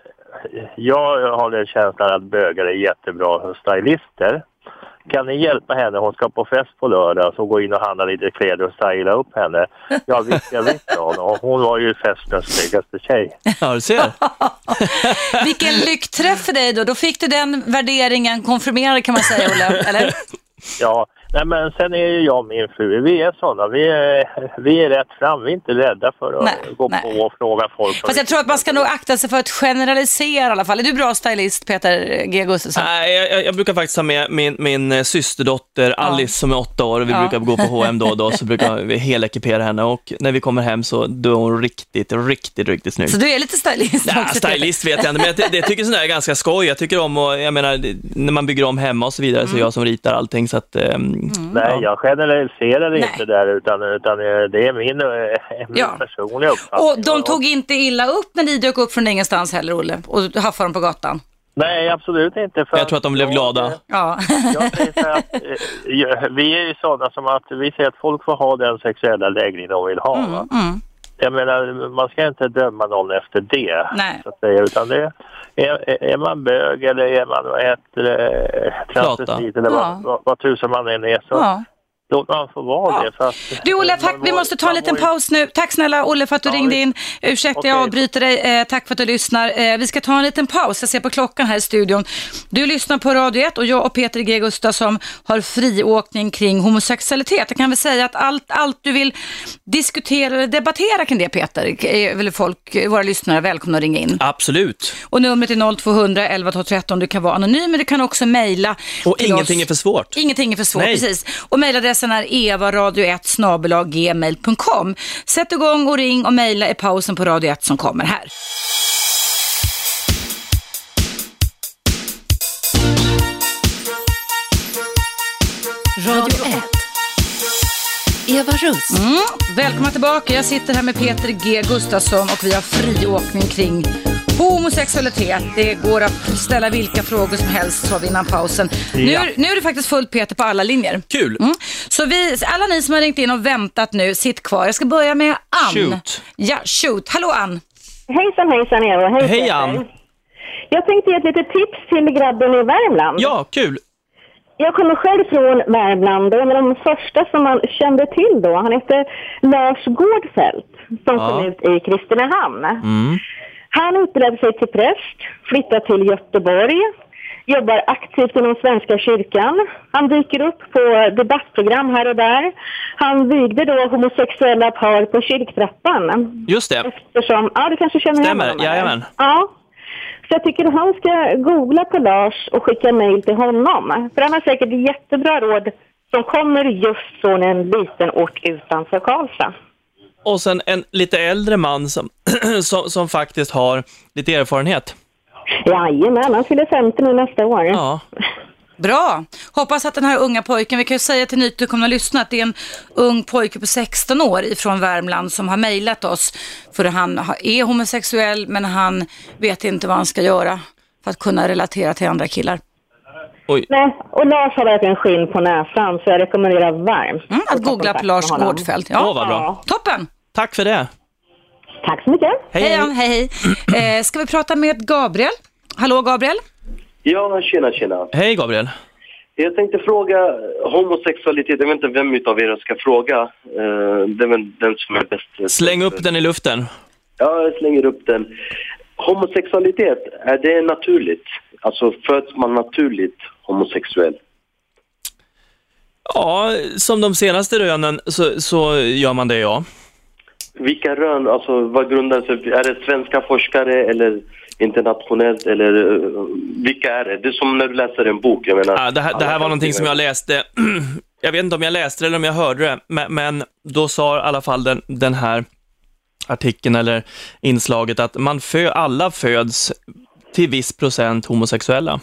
jag har den känslan att bögar är jättebra stylister. Kan ni hjälpa henne? Hon ska på fest på lördag, så gå in och handla lite kläder och styla upp henne. Ja, visst, jag vet hon. Och hon var ju festens snyggaste tjej. Ja, du ser. Vilken lyckträff för dig då. Då fick du den värderingen konfirmerad, kan man säga, Olle, eller? Ja, nej, men sen är ju jag och min fru, vi är sådana, vi är rätt fram, vi är inte rädda för att gå på och fråga folk. Fast jag tror att man ska nog akta sig för att generalisera i alla fall. Är du bra stylist, Peter G. Gustafsson? Nej, jag brukar faktiskt ha med min systerdotter Alice som är 8 år, och vi brukar gå på H&M då och då, så brukar vi helekipera henne, och när vi kommer hem så då är hon riktigt snygg. Så du är lite stylist också? Nej, stylist vet jag inte, men jag tycker sådär är ganska skoj. Jag tycker om, och jag menar, när man bygger om hemma och så vidare, så är jag som ritar allting, så att nej, jag generaliserar inte där, utan det är min personliga uppfattning. Och de tog inte illa upp när ni dök upp från ingenstans heller, Olle, och haffade dem på gatan? Nej, absolut inte. Jag tror att de blev glada. Ja. Jag säger så att vi är ju sådana som att vi säger att folk får ha den sexuella läggning de vill ha. Va? Jag menar, man ska inte döma någon efter det. Nej. Så att säga, utan det är man bög eller är man transvestit eller vad tusen man än är, så låt man få vara det. För att, du Olle, vi måste ta en liten paus nu. Tack snälla Olle för att du ringde in. Ursäkta, jag avbryter dig. Tack för att du lyssnar. Vi ska ta en liten paus. Jag ser på klockan här i studion. Du lyssnar på Radio 1 och jag och Peter G. Gustafsson har friåkning kring homosexualitet. Jag kan väl säga att allt du vill diskutera eller debattera kring det, Peter, är väl våra lyssnare välkomna att ringa in. Absolut. Och numret är 0200 11 12 13. Du kan vara anonym, men du kan också mejla. Och ingenting är för svårt. Ingenting är för svårt, precis. Och mejladressen är evaradio1@gmail.com. Sätt igång och ring och mejla i pausen på Radio 1 som kommer här. Radio 1. Eva Russ. Välkomna tillbaka. Jag sitter här med Peter G. Gustafsson och vi har friåkning kring homosexualitet. Det går att ställa vilka frågor som helst, sa vi innan pausen. Ja. Nu är det faktiskt fullt, Peter, på alla linjer. Kul. Så alla ni som har ringt in och väntat nu, sitt kvar. Jag ska börja med Ann. Shoot. Ja, shoot. Hallå Ann. Hejsan Eva. Hej Ann. Jag tänkte ge ett litet tips till grabben i Värmland. Ja, kul. Jag kommer själv från Värmland och en av de första som man kände till då, han heter Lars Gårdfält som kom ut i Kristinehamn. Han utbildade sig till präst, flyttade till Göteborg, jobbar aktivt inom Svenska kyrkan. Han dyker upp på debattprogram här och där. Han vigde då homosexuella par på kyrktrappan. Just det. Eftersom, ja, du kanske känner Stämmer, honom. jajamän. Ja. Så jag tycker att han ska googla på Lars och skicka mejl till honom. För han har säkert jättebra råd som kommer just från en liten ort utanför Karlstad. Och sen en lite äldre man som faktiskt har lite erfarenhet. Jajamän, han fyller 50 nu nästa år. Ja. Bra. Hoppas att den här unga pojken, vi kan ju säga till nytillkomna lyssnare att det är en ung pojke på 16 år ifrån Värmland som har mejlat oss. För han är homosexuell men han vet inte vad han ska göra för att kunna relatera till andra killar. Oj. Nej, och Lars har verkligen skinn på näsan så jag rekommenderar varmt. Att googla på Lars Gårdfeldt. Ja. Vad bra. Toppen. Tack för det. Tack så mycket. Hej. Hej. Ska vi prata med Gabriel? Hallå Gabriel? Ja, tjena. Hej Gabriel. Jag tänkte fråga homosexualitet. Jag vet inte vem utav er ska fråga. Det är väl den som är bäst. Släng upp den i luften. Ja, jag slänger upp den. Homosexualitet, är det naturligt? Alltså föds man naturligt homosexuell? Ja, som de senaste rönen så gör man det, ja. Vilka rön, alltså vad grundar sig? Är det svenska forskare eller internationellt eller vilka är det? Det är som när du läser en bok, jag menar. Ja, det här var någonting som jag läste. Jag vet inte om jag läste det eller om jag hörde det, men då sa i alla fall den här artikeln eller inslaget att alla föds till viss procent homosexuella.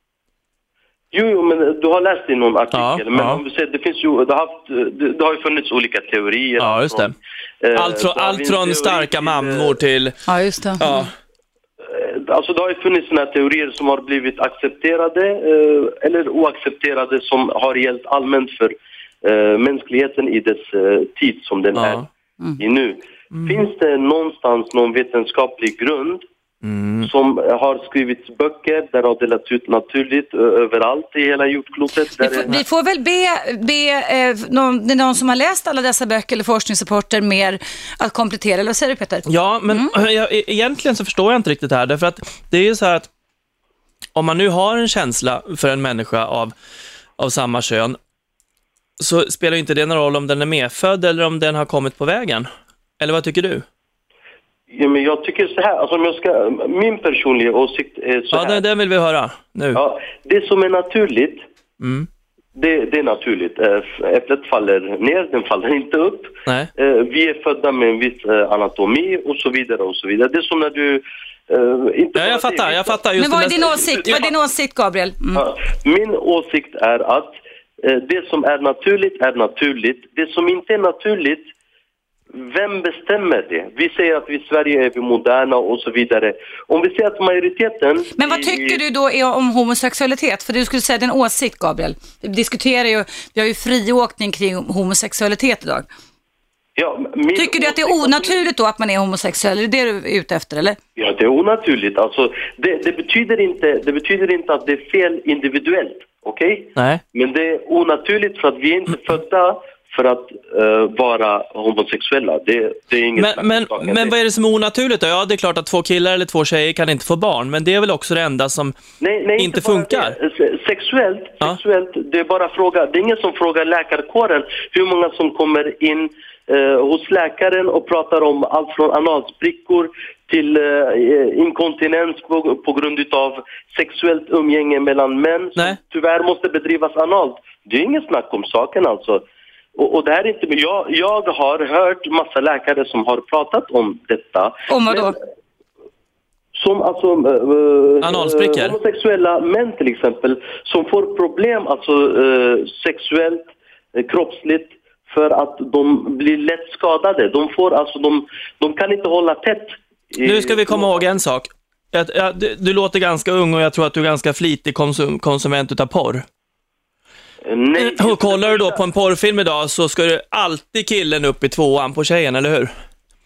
Jo, men du har läst i någon artikel. Ja, men om du säger, det finns ju, det har ju funnits olika teorier. Ja, just det. Allt från starka mammor till... Ja, just det. Ja. Alltså det har ju funnits såna teorier som har blivit accepterade eller oaccepterade som har gällt allmänt för mänskligheten i dess tid som den är i nu. Finns det någonstans någon vetenskaplig grund som har skrivits böcker där har delats ut naturligt överallt i hela jordklotet? Vi får väl be någon som har läst alla dessa böcker eller forskningsrapporter mer att komplettera, eller vad säger du Peter? Ja, men egentligen så förstår jag inte riktigt det här, därför att det är ju så här att om man nu har en känsla för en människa av samma kön så spelar ju inte det någon roll om den är medfödd eller om den har kommit på vägen. Eller vad tycker du? Ja, men jag tycker så här, alltså om min personliga åsikt är så här. Ja, den vill vi höra nu. Ja, det som är naturligt, det är naturligt. Äpplet faller ner, den faller inte upp. Nej. Vi är födda med en viss anatomi och så vidare och så vidare. Det är som när du... inte jag fattar. Just men vad är din åsikt, Gabriel? Ja, min åsikt är att det som är naturligt. Det som inte är naturligt, vem bestämmer det? Vi säger att vi i Sverige är moderna och så vidare. Om vi säger att majoriteten... Men vad tycker du då om homosexualitet? För du skulle säga din åsikt, Gabriel. Vi har ju friåkning kring homosexualitet idag. Ja, tycker du att det är onaturligt då att man är homosexuell? Är det det du är ute efter, eller? Ja, det är onaturligt. Alltså, det betyder inte att det är fel individuellt, okej? Nej. Men det är onaturligt för att vi är inte födda för att vara homosexuella. Det är inget men vad är det som är onaturligt då? Ja, det är klart att 2 killar eller 2 tjejer kan inte få barn, men det är väl också det enda som inte funkar. Sexuellt, det är bara fråga. Det är ingen som frågar läkarkåren hur många som kommer in hos läkaren och pratar om allt från analsprickor till inkontinens på grund av sexuellt umgänge mellan män som tyvärr måste bedrivas analt. Det är inget snack om saken alltså. Och det här är inte... Jag har hört massa läkare som har pratat om detta. Om vad då? Som alltså analsprickor. Homosexuella män till exempel som får problem alltså sexuellt, kroppsligt för att de blir lätt skadade. De kan inte hålla tätt. Nu ska vi komma ihåg en sak. Du låter ganska ung och jag tror att du är ganska flitig konsument utav porr. Nej. Och kollar du då på en porrfilm idag så ska du alltid killen upp i 2:an på tjejen, eller hur?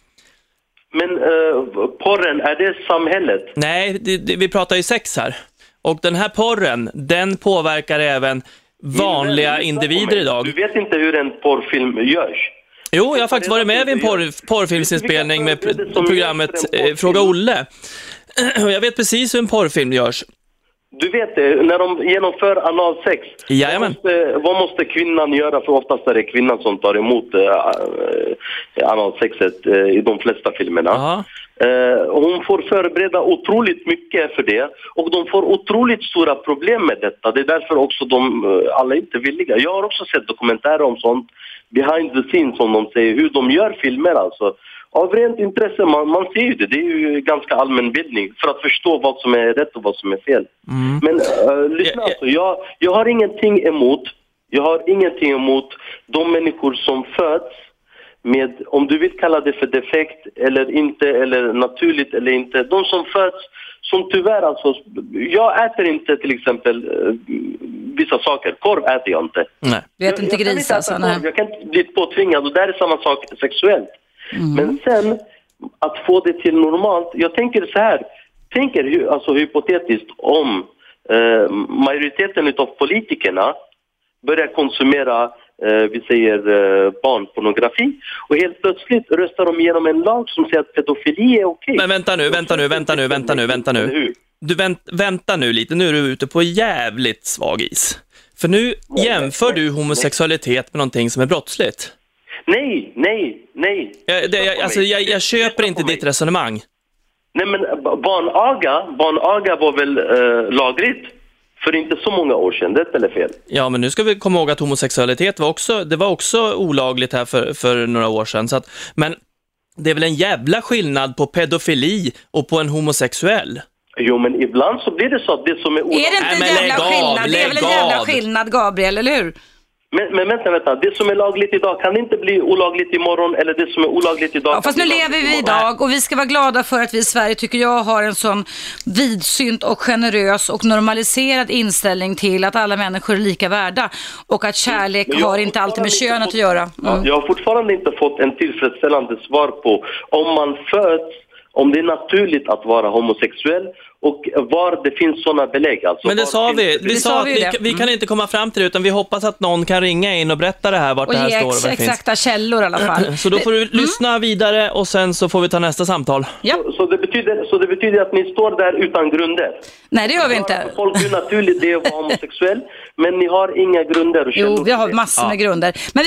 Men porren, är det samhället? Nej, vi pratar ju sex här. Och den här porren, den påverkar även vanliga individer idag. Du vet inte hur en porrfilm görs? Jo, jag har faktiskt varit med vid en porrfilmsinspelning med programmet Fråga Olle. Och jag vet precis hur en porrfilm görs. Du vet, när de genomför analsex, vad måste kvinnan göra? För oftast är det kvinnan som tar emot analsexet i de flesta filmerna. Hon får förbereda otroligt mycket för det, och de får otroligt stora problem med detta. Det är därför också alla inte villiga. Jag har också sett dokumentärer om sånt, behind the scenes, som de säger, hur de gör filmer alltså. Av rent intresse, man ser ju det. Det är ju ganska allmänbildning för att förstå vad som är rätt och vad som är fel. Men lyssna alltså, jag har ingenting emot de människor som föds med, om du vill kalla det för defekt eller inte, eller naturligt eller inte, de som föds som tyvärr alltså, jag äter inte till exempel vissa saker, korv äter jag inte. Nej. Du äter inte gris alltså? Nej. Jag kan inte bli påtvingad, och där är samma sak sexuellt. Men sen att få det till normalt, jag tänker så här, alltså hypotetiskt, om majoriteten av politikerna börjar konsumera vi säger barnpornografi, och helt plötsligt röstar de igenom en lag som säger att pedofili är okej. Men vänta nu. Vänta nu lite, nu är du ute på jävligt svag is. För nu jämför du homosexualitet med någonting som är brottsligt. Nej. Jag köper inte ditt resonemang. Nej, men barnaga var väl lagligt för inte så många år sedan, det är fel. Ja, men nu ska vi komma ihåg att homosexualitet var också olagligt här för några år sedan. Så att, men det är väl en jävla skillnad på pedofili och på en homosexuell? Jo, men ibland så blir det så att det som är olagligt... Är det inte en jävla skillnad? Det är väl en jävla skillnad, Gabriel, eller hur? Men vänta, det som är lagligt idag kan inte bli olagligt imorgon, eller det som är olagligt idag... Ja, fast nu lever vi idag, och vi ska vara glada för att vi i Sverige, tycker jag, har en sån vidsynt och generös och normaliserad inställning till att alla människor är lika värda, och att kärlek har inte alltid med könet att göra. Jag har fortfarande inte fått en tillfredsställande svar på om man föds, om det är naturligt att vara homosexuell, och var det finns sådana belägg. Alltså, men det sa vi. Vi sa att vi kan inte komma fram till det, utan vi hoppas att någon kan ringa in och berätta det här, vart det här står och vad det finns. Exakta källor i alla fall. Så då får du lyssna vidare, och sen så får vi ta nästa samtal. Ja. Så det betyder att ni står där utan grunder? Nej, det gör vi inte. Folk är naturligt det att vara homosexuell, men ni har inga grunder och källor. Jo, vi har massor med grunder. Men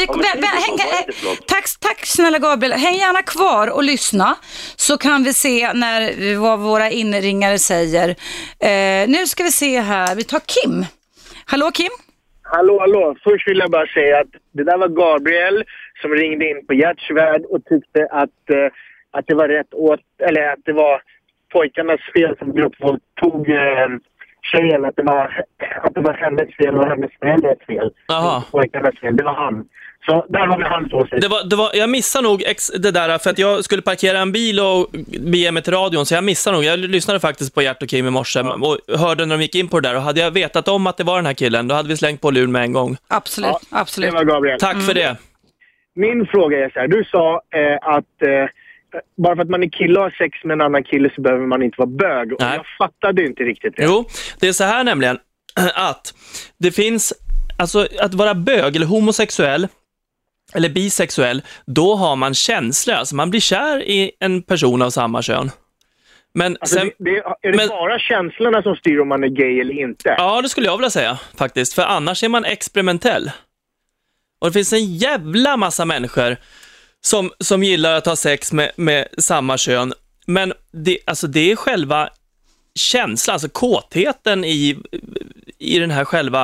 tack snälla Gabriel. Häng gärna kvar och lyssna, så kan vi se vad våra inringare säger. Nu ska vi se här. Vi tar Kim. Hallå Kim? Hallå. Först vill jag bara säga att det där var Gabriel som ringde in på Hjärtsvärd och tyckte att det var rätt eller att det var pojkarnas fel som gruppvåld tog tjejen, att det var hennes fel och hennes föräldrars fel. Pojkarnas fel, det var han. Så där har vi hans åsikt. Jag missade nog det där, för att jag skulle parkera en bil och bege mig till radion, så jag missade nog. Jag lyssnade faktiskt på Gert och Kim i morse och hörde när de gick in på det där, och hade jag vetat om att det var den här killen, då hade vi slängt på luren med en gång. Absolut. Det var Gabriel. Tack för det. Min fråga är så här, du sa att bara för att man är kille och har sex med en annan kille så behöver man inte vara bög. Och jag fattade inte riktigt det. Jo, det är så här nämligen, att det finns, alltså att vara bög eller homosexuell eller bisexuell, då har man känslor. Alltså man blir kär i en person av samma kön. Men alltså sen, är det bara känslorna som styr om man är gay eller inte? Ja, det skulle jag vilja säga faktiskt. För annars är man experimentell. Och det finns en jävla massa människor som gillar att ha sex med samma kön. Men det är själva känslan, alltså kåtheten i den här själva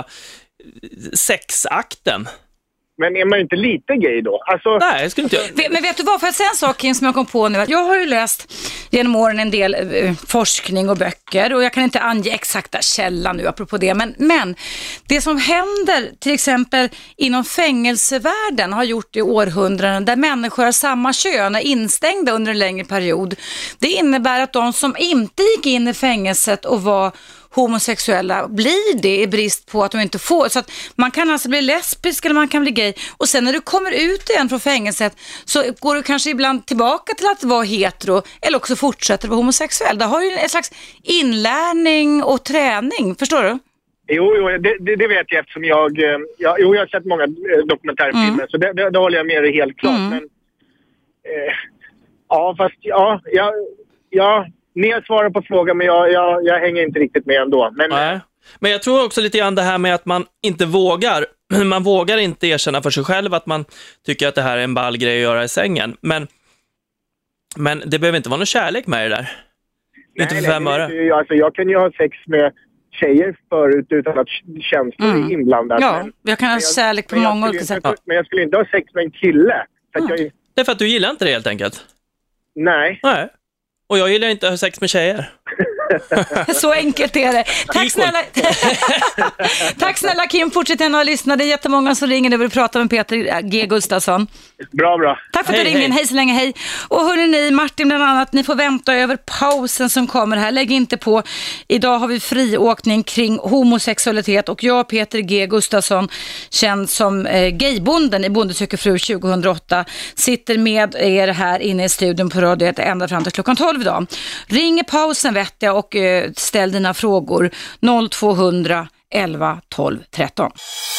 sexakten. Men är man inte lite gay då? Alltså... Nej, jag skulle inte göra. Men vet du vad, för att säga en sak, Kim, som jag kom på nu. Jag har ju läst genom åren en del forskning och böcker, och jag kan inte ange exakta källan nu apropå det. Men det som händer till exempel inom fängelsevärlden har gjort i århundraden, där människor av samma kön är instängda under en längre period. Det innebär att de som inte gick in i fängelset och var homosexuella blir det i brist på att de inte får. Så att man kan alltså bli lesbisk eller man kan bli gay. Och sen när du kommer ut igen från fängelset så går du kanske ibland tillbaka till att vara hetero eller också fortsätter vara homosexuell. Det har ju en slags inlärning och träning, förstår du? Jo, det vet jag, eftersom jag har sett många dokumentärfilmer, så det håller jag med dig helt klart. Men, Ni har svarat på frågan, men jag hänger inte riktigt med ändå. Men jag tror också lite grann det här med att man inte vågar. Man vågar inte erkänna för sig själv att man tycker att det här är en ball grej att göra i sängen. Men det behöver inte vara någon kärlek med det där. Inte för 5 öre. Alltså, jag kan ju ha sex med tjejer förut utan att känslor är inblandade. Ja, jag kan ha kärlek på många olika sätt. Men jag skulle inte ha sex med en kille. För att det är för att du gillar inte det helt enkelt. Nej. Och jag gillar inte att ha sex med tjejer. Så enkelt är det. Tack snälla. Tack snälla Kim, fortsätt gärna att lyssna. Det är jättemånga som ringer och vill prata med Peter G. Gustafsson. Bra. Tack för att du ringde. Hej så länge, hej. Och hörni, Martin bland annat, ni får vänta över pausen som kommer här. Lägg inte på. Idag har vi friåkning kring homosexualitet och jag, Peter G. Gustafsson, känd som gaybonden i Bonde söker fru 2008, sitter med er här inne i studion på Radio 1 ända fram till klockan 12 idag. Ring i pausen vet jag och ställ dina frågor 0200 11 12 13.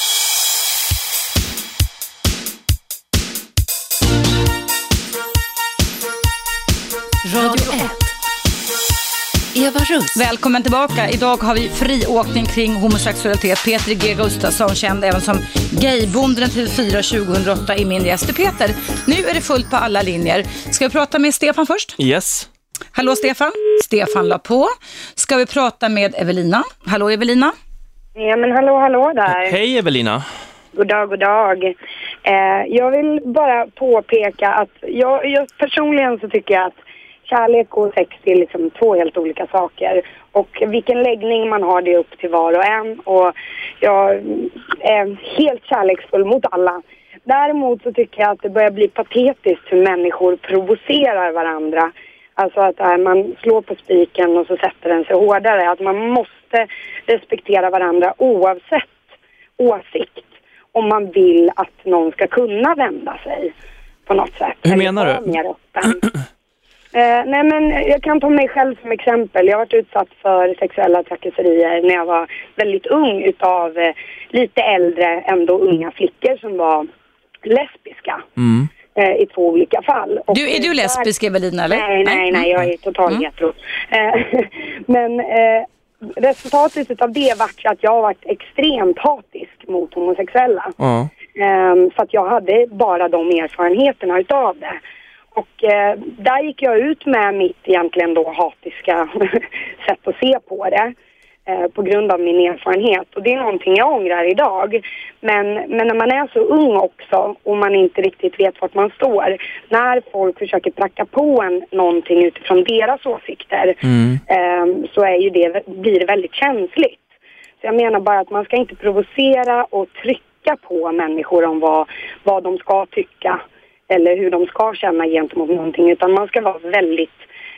Radio 1. Eva Russ. Välkommen tillbaka. Idag har vi friåkning kring homosexualitet. Peter G. Gustafsson, känd även som gaybonden till 2008 i min gäst. Peter, nu är det fullt på alla linjer. Ska vi prata med Stefan först? Yes. Hallå Stefan. Stefan la på. Ska vi prata med Evelina? Hallå Evelina. Ja men hallå där. Hej Evelina. God dag. Jag vill bara påpeka att jag personligen så tycker jag att kärlek och sex är liksom 2 helt olika saker. Och vilken läggning man har, det är upp till var och en. Och jag är helt kärleksfull mot alla. Däremot så tycker jag att det börjar bli patetiskt hur människor provocerar varandra. Alltså att man slår på spiken och så sätter den sig hårdare. Att man måste respektera varandra oavsett åsikt. Om man vill att någon ska kunna vända sig på något sätt. Hur menar du? Mer öppen. Nej men jag kan ta mig själv som exempel. Jag har varit utsatt för sexuella trakasserier när jag var väldigt ung utav lite äldre, ändå unga flickor som var lesbiska. I 2 olika fall. Och är du lesbisk Evelina eller? Nej, jag är totalt hetero. Men resultatet av det var att jag har varit extremt hatisk mot homosexuella. För att jag hade bara de erfarenheterna utav det. Och där gick jag ut med mitt egentligen då hatiska sätt att se på det. På grund av min erfarenhet. Och det är någonting jag ångrar idag. Men när man är så ung också och man inte riktigt vet vart man står. När folk försöker pracka på en någonting utifrån deras åsikter. Så är ju blir det väldigt känsligt. Så jag menar bara att man ska inte provocera och trycka på människor om vad de ska tycka. Eller hur de ska känna gentemot någonting. Utan man ska vara väldigt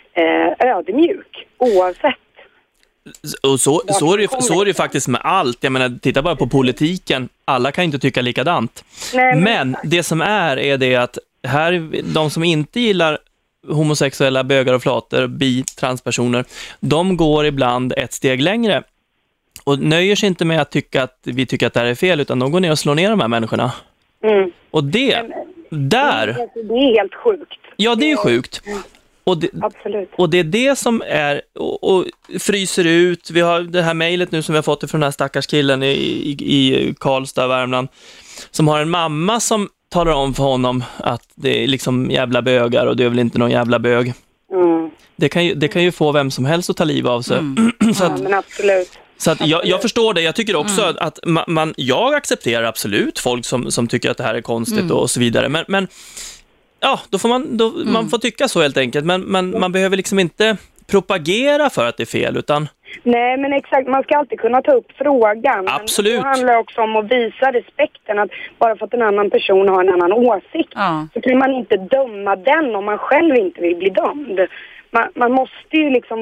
ödmjuk oavsett. Och så är det faktiskt med allt. Jag menar, titta bara på politiken. Alla kan inte tycka likadant. Men det som är det att här, de som inte gillar homosexuella, bögar och flator, transpersoner, de går ibland ett steg längre. Och nöjer sig inte med att vi tycker att det här är fel, utan de går ner och slår ner de här människorna. Och det är helt sjukt. Ja, det är sjukt. Absolut. Och det är det som är och fryser ut. Vi har det här mejlet nu som vi har fått från den här stackars killen i Karlstad, Värmland, som har en mamma som talar om för honom att det är liksom jävla bögar och det är väl inte någon jävla bög. Det kan ju få vem som helst att ta liv av sig. Men absolut. Så att jag förstår det. Jag tycker också att jag accepterar absolut folk som tycker att det här är konstigt och så vidare. Men ja, då får man får tycka så helt enkelt. Men man behöver liksom inte propagera för att det är fel, utan... Nej, men exakt. Man ska alltid kunna ta upp frågan. Absolut. Men det handlar också om att visa respekten. Att bara för att en annan person har en annan åsikt så kan man inte döma den om man själv inte vill bli dömd. Man måste ju liksom vara öppen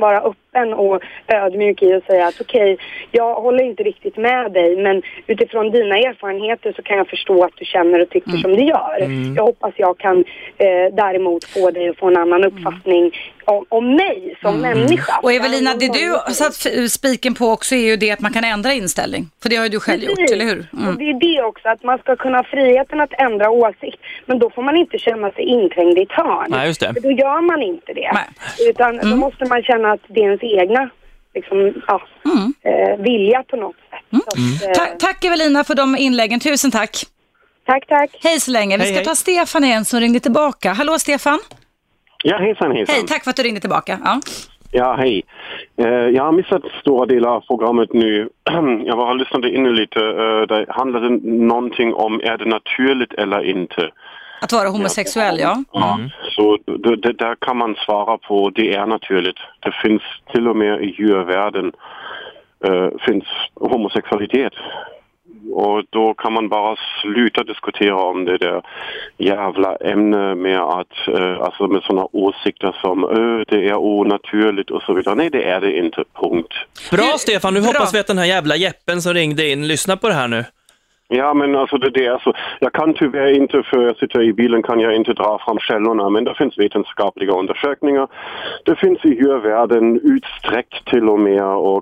öppen och ödmjuk i att säga att okej, jag håller inte riktigt med dig, men utifrån dina erfarenheter så kan jag förstå att du känner och tycker som du gör. Jag hoppas jag kan däremot få dig att få en annan uppfattning om mig som människa. Och Evelina, det du har satt spiken på också är ju det att man kan ändra inställning. För det har ju du själv gjort, eller hur? Och det är det också, att man ska kunna ha friheten att ändra åsikt. Men då får man inte känna sig inträngd i ett hörn. Nej, just det. För då gör man inte det. Nej. Utan då måste man känna att det är ens egna liksom, vilja på något sätt. Så att, Tack Evelina för de inläggen, tusen tack. Tack. Hej så länge, vi ska ta Stefan igen som ringde tillbaka. Hallå Stefan? Ja, hejsan. Hej, tack för att du ringde tillbaka. Ja, hej. Jag har missat stora delar av programmet nu. Jag har lyssnat in lite. Det handlade någonting om, är det naturligt eller inte? Att vara homosexuell, ja. Så där kan man svara på, det är naturligt. Det finns till och med i djurvärlden finns homosexualitet. Och då kan man bara sluta diskutera om det där jävla ämne med att, alltså med sådana åsikter som det är onaturligt och så vidare. Nej, det är det inte, punkt. Bra Stefan, nu hoppas vi att den här jävla Jeppen som ringde in lyssnar på det här nu. Ja, men alltså det är så. Jag kan tyvärr inte, för jag sitter i bilen, kan jag inte dra fram källorna, men det finns vetenskapliga undersökningar. Det finns i djurvärlden utsträckt till och med, och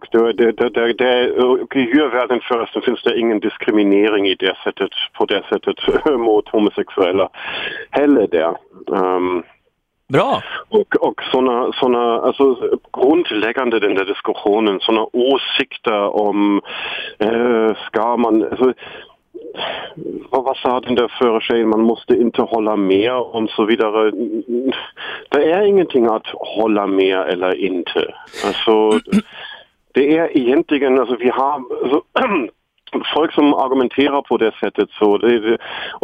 i djurvärlden förresten finns det ingen diskriminering i det sättet, på det sättet mot homosexuella heller där. Bra. Och såna alltså grundläggande den där diskussionen, såna åsikter om ska man, alltså, vad sa den där förra tjejen, man måste inte hålla med om så vidare. Det är ingenting att hålla med eller inte. Alltså det är egentligen, alltså vi har alltså, folk som argumenterar på det sättet, så det är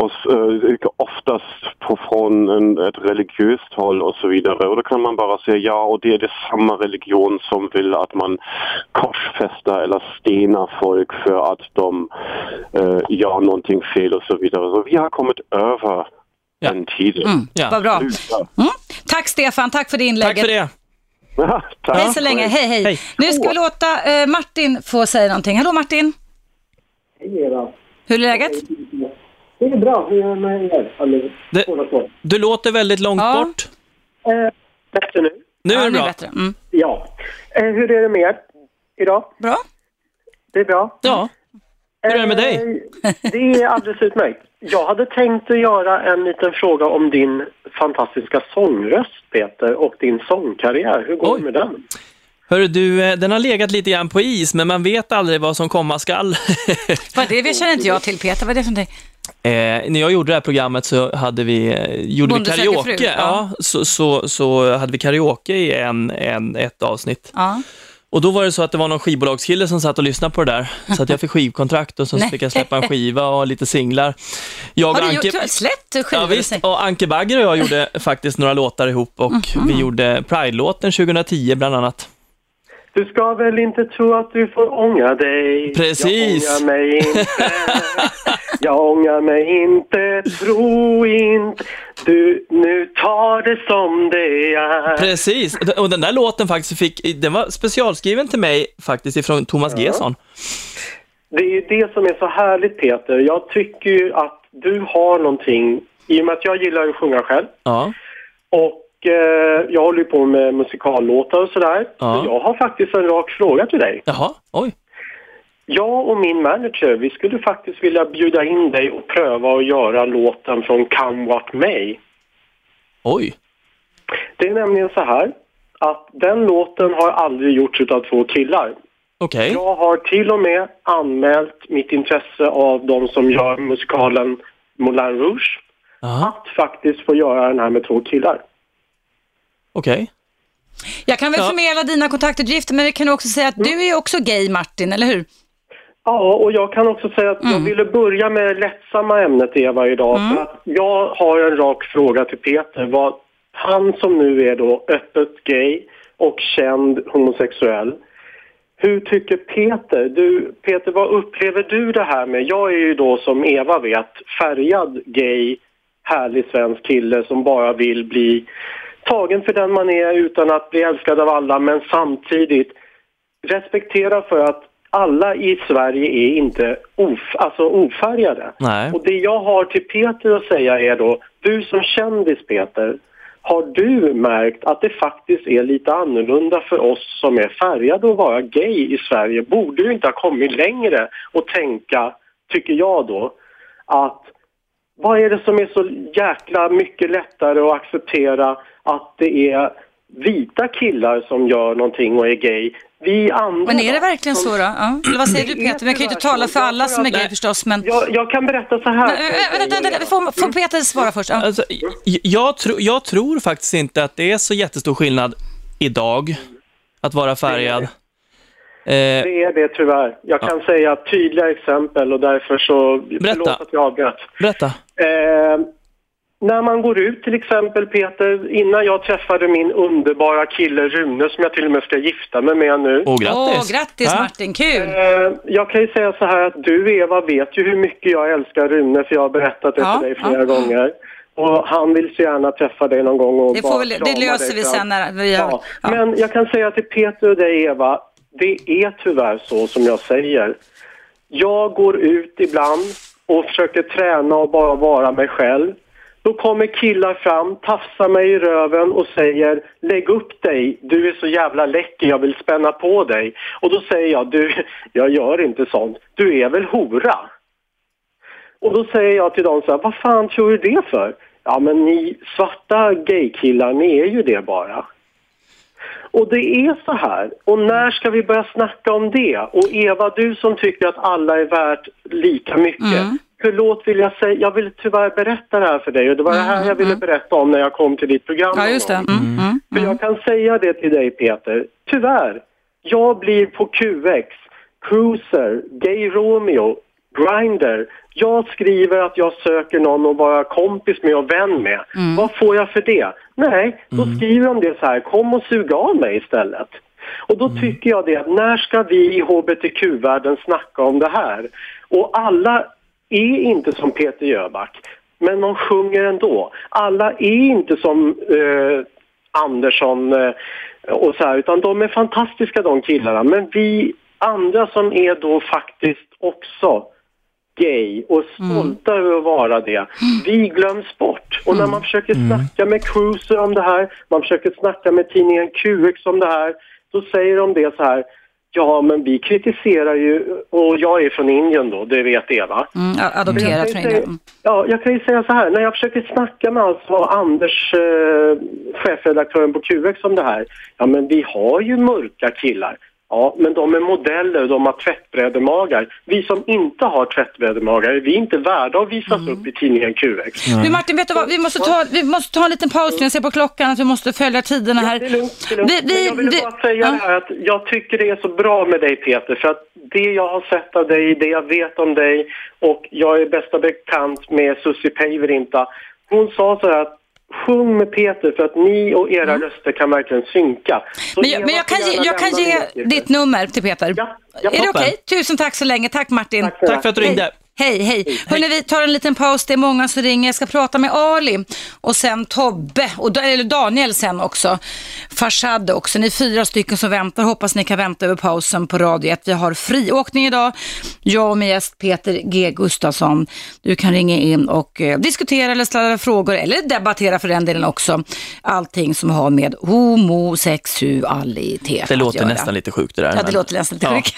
oftast från ett religiöst håll och så vidare. Och då kan man bara säga ja, och det är det samma religion som vill att man korsfäster eller stenar folk för att de gör någonting fel och så vidare. Så vi har kommit över den tiden. Vad bra. Tack Stefan, tack för det inlägget. Tack för det. Tack. Hej så länge, hej. Nu ska vi låta Martin få säga någonting. Hallå Martin. Hur är läget? Det är bra. Hur är det med er? Du låter väldigt långt bort. Bättre nu? Nu är det bra. Bättre. Ja. Hur är det med er idag? Bra. Det är bra? Ja. Hur är det med dig? Det är alldeles utmärkt. Jag hade tänkt att göra en liten fråga om din fantastiska sångröst, Peter, och din sångkarriär. Hur går det med den? Hörru du, den har legat lite grann på is, men man vet aldrig vad som komma skall. Det känner inte jag till, Peter. Vad är det för någonting? När jag gjorde det här programmet så hade vi karaoke. Ja, så hade vi karaoke i ett avsnitt. Ja. Och då var det så att det var någon skivbolagskille som satt och lyssnade på det där. Så att jag fick skivkontrakt och så fick jag släppa en skiva och lite singlar. Har du släppt skivor? Ja visst, och Anke Bagger och jag gjorde faktiskt några låtar ihop. Och vi gjorde Pride-låten 2010 bland annat. Du ska väl inte tro att du får ångra dig. Precis. Jag ångrar mig inte. Jag ångrar mig inte. Tro inte. Du, nu tar det som det är. Precis. Och den där låten faktiskt den var specialskriven till mig faktiskt ifrån Thomas Gesson. Det är ju det som är så härligt, Peter. Jag tycker ju att du har någonting, i och med att jag gillar att sjunga själv. Ja. Och jag håller på med musikallåtar och sådär. Ja. Så jag har faktiskt en rak fråga till dig. Jaha, oj. Jag och min manager, vi skulle faktiskt vilja bjuda in dig och pröva att göra låten från Come What May. Oj. Det är nämligen så här att den låten har aldrig gjorts av två killar. Okej. Jag har till och med anmält mitt intresse av de som gör musikalen Moulin Rouge att faktiskt få göra den här med två killar. Okej. Jag kan väl förmedla dina kontakter, Gift, men vi kan också säga att du är också gay, Martin, eller hur? Ja, och jag kan också säga att jag ville börja med det lättsamma ämnet, Eva, idag. För att jag har en rak fråga till Peter. Vad han som nu är då öppet gay och känd homosexuell, hur tycker Peter? Peter, vad upplever du det här med? Jag är ju då, som Eva vet, färgad gay, härlig svensk kille som bara vill bli tagen för den man är utan att bli älskad av alla, men samtidigt respektera för att alla i Sverige är inte ofärgade. Nej. Och det jag har till Peter att säga är då, du som kändis Peter, har du märkt att det faktiskt är lite annorlunda för oss som är färgade att vara gay i Sverige? Borde du inte ha kommit längre och tänka, tycker jag då, att vad är det som är så jäkla mycket lättare att acceptera att det är vita killar som gör någonting och är gay? Vi andra... Men är det verkligen så då? Ja. Eller vad säger du Peter? Men jag kan ju inte tala för alla som är gay förstås. Men... Jag kan berätta så här. Får Peter svara först? Ja. Alltså, jag tror faktiskt inte att det är så jättestor skillnad idag att vara färgad. Det är det tyvärr. Jag kan säga tydliga exempel och därför så... Förlåt att jag avbröt. Berätta. När man går ut till exempel, Peter, innan jag träffade min underbara kille Rune som jag till och med ska gifta mig med nu. Grattis Martin, kul! Jag kan ju säga så här att du Eva vet ju hur mycket jag älskar Rune, för jag har berättat det för dig flera gånger. Och han vill så gärna träffa dig någon gång och det löser vi sen när vi gör. Men jag kan säga till Peter och dig Eva, det är tyvärr så som jag säger. Jag går ut ibland och försöker träna och bara vara mig själv. Då kommer killar fram, tafsar mig i röven och säger, lägg upp dig, du är så jävla läcker, jag vill spänna på dig. Och då säger jag, jag gör inte sånt, du är väl hora? Och då säger jag till dem så här, vad fan tror du det för? Ja men ni svarta gaykillar, ni är ju det bara. Och det är så här, och när ska vi börja snacka om det? Och Eva, du som tycker att alla är värt lika mycket, förlåt vill jag säga, jag vill tyvärr berätta det här för dig och det var det här jag ville berätta om när jag kom till ditt program. Ja, just det. För jag kan säga det till dig Peter, tyvärr, jag blir på QX, Cruiser, Gay Romeo, Grindr, jag skriver att jag söker någon att vara kompis med och vän med. Vad får jag för det? Nej, då skriver de det så här, kom och suga av mig istället. Och då tycker jag det, när ska vi i HBTQ-världen snacka om det här? Och alla är inte som Peter Jöback, men de sjunger ändå. Alla är inte som Andersson och så här, utan de är fantastiska de killarna. Men vi andra som är då faktiskt också gay och stolta över att vara det, vi glöms bort. Och när man försöker snacka med Cruiser om det här, man försöker snacka med tidningen QX om det här, då säger de det så här, ja men vi kritiserar ju, och jag är från Indien då, det vet Eva. Adopterat från Indien. Ja, jag kan ju säga så här, när jag försöker snacka med alltså Anders, chefredaktören på QX om det här, ja men vi har ju mörka killar. Ja, men de är modeller, de har tvättbrädemagar. Vi som inte har tvättbrädemagar, vi är inte värda att visas upp i tidningen QX. Nu Martin, vet du vad? Vi måste ta en liten paus när jag ser på klockan, att vi måste följa tiderna här. Ja, det är lugnt. Men jag vill bara säga det här, att jag tycker det är så bra med dig Peter, för att det jag har sett av dig, det jag vet om dig, och jag är bästa bekant med Susie Päivärinta. Hon sa så här att sjung med Peter för att ni och era röster kan verkligen synka. Men jag kan ge ditt nummer till Peter. Ja, är det okej? Tusen tack så länge. Tack Martin. Tack för att du ringde. Hej. Hörrni, vi tar en liten paus. Det är många som ringer. Jag ska prata med Ali och sen Tobbe eller Daniel sen också. Farshad också. Ni är 4 stycken som väntar. Hoppas ni kan vänta över pausen på Radio 1. Vi har friåkning idag. Jag och min gäst Peter G. Gustafsson. Du kan ringa in och diskutera eller ställa frågor eller debattera för den delen också. Allting som har med homosexualitet det låter att göra. Nästan lite sjukt det där. Ja, det låter nästan lite sjukt.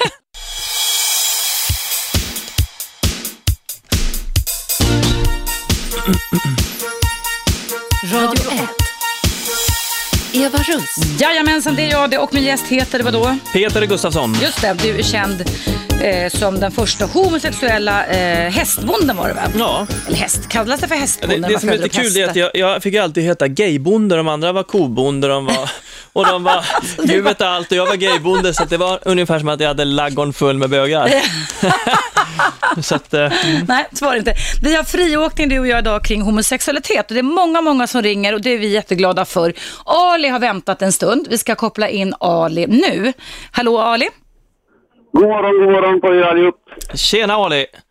Radio 1. Eva Russ. Jajamensan, det är jag det, och min gäst heter det vadå? Peter Gustafsson. Just det, du är känd som den första homosexuella hästbonden var det väl? Ja. Eller kallas det för hästbonden? Det som är lite kul är att jag fick alltid heta gaybonde, de andra var kobonde, de var du vet allt och jag var gaybonde, så det var ungefär som att jag hade laggorn full med bögar. Så att, nej, så var det inte. Vi har friåkning du och jag idag kring homosexualitet och det är många som ringer och det är vi jätteglada för. Ali har väntat en stund. Vi ska koppla in Ali nu. Hallå Ali? God morgon på er allihop. Tjena Ali.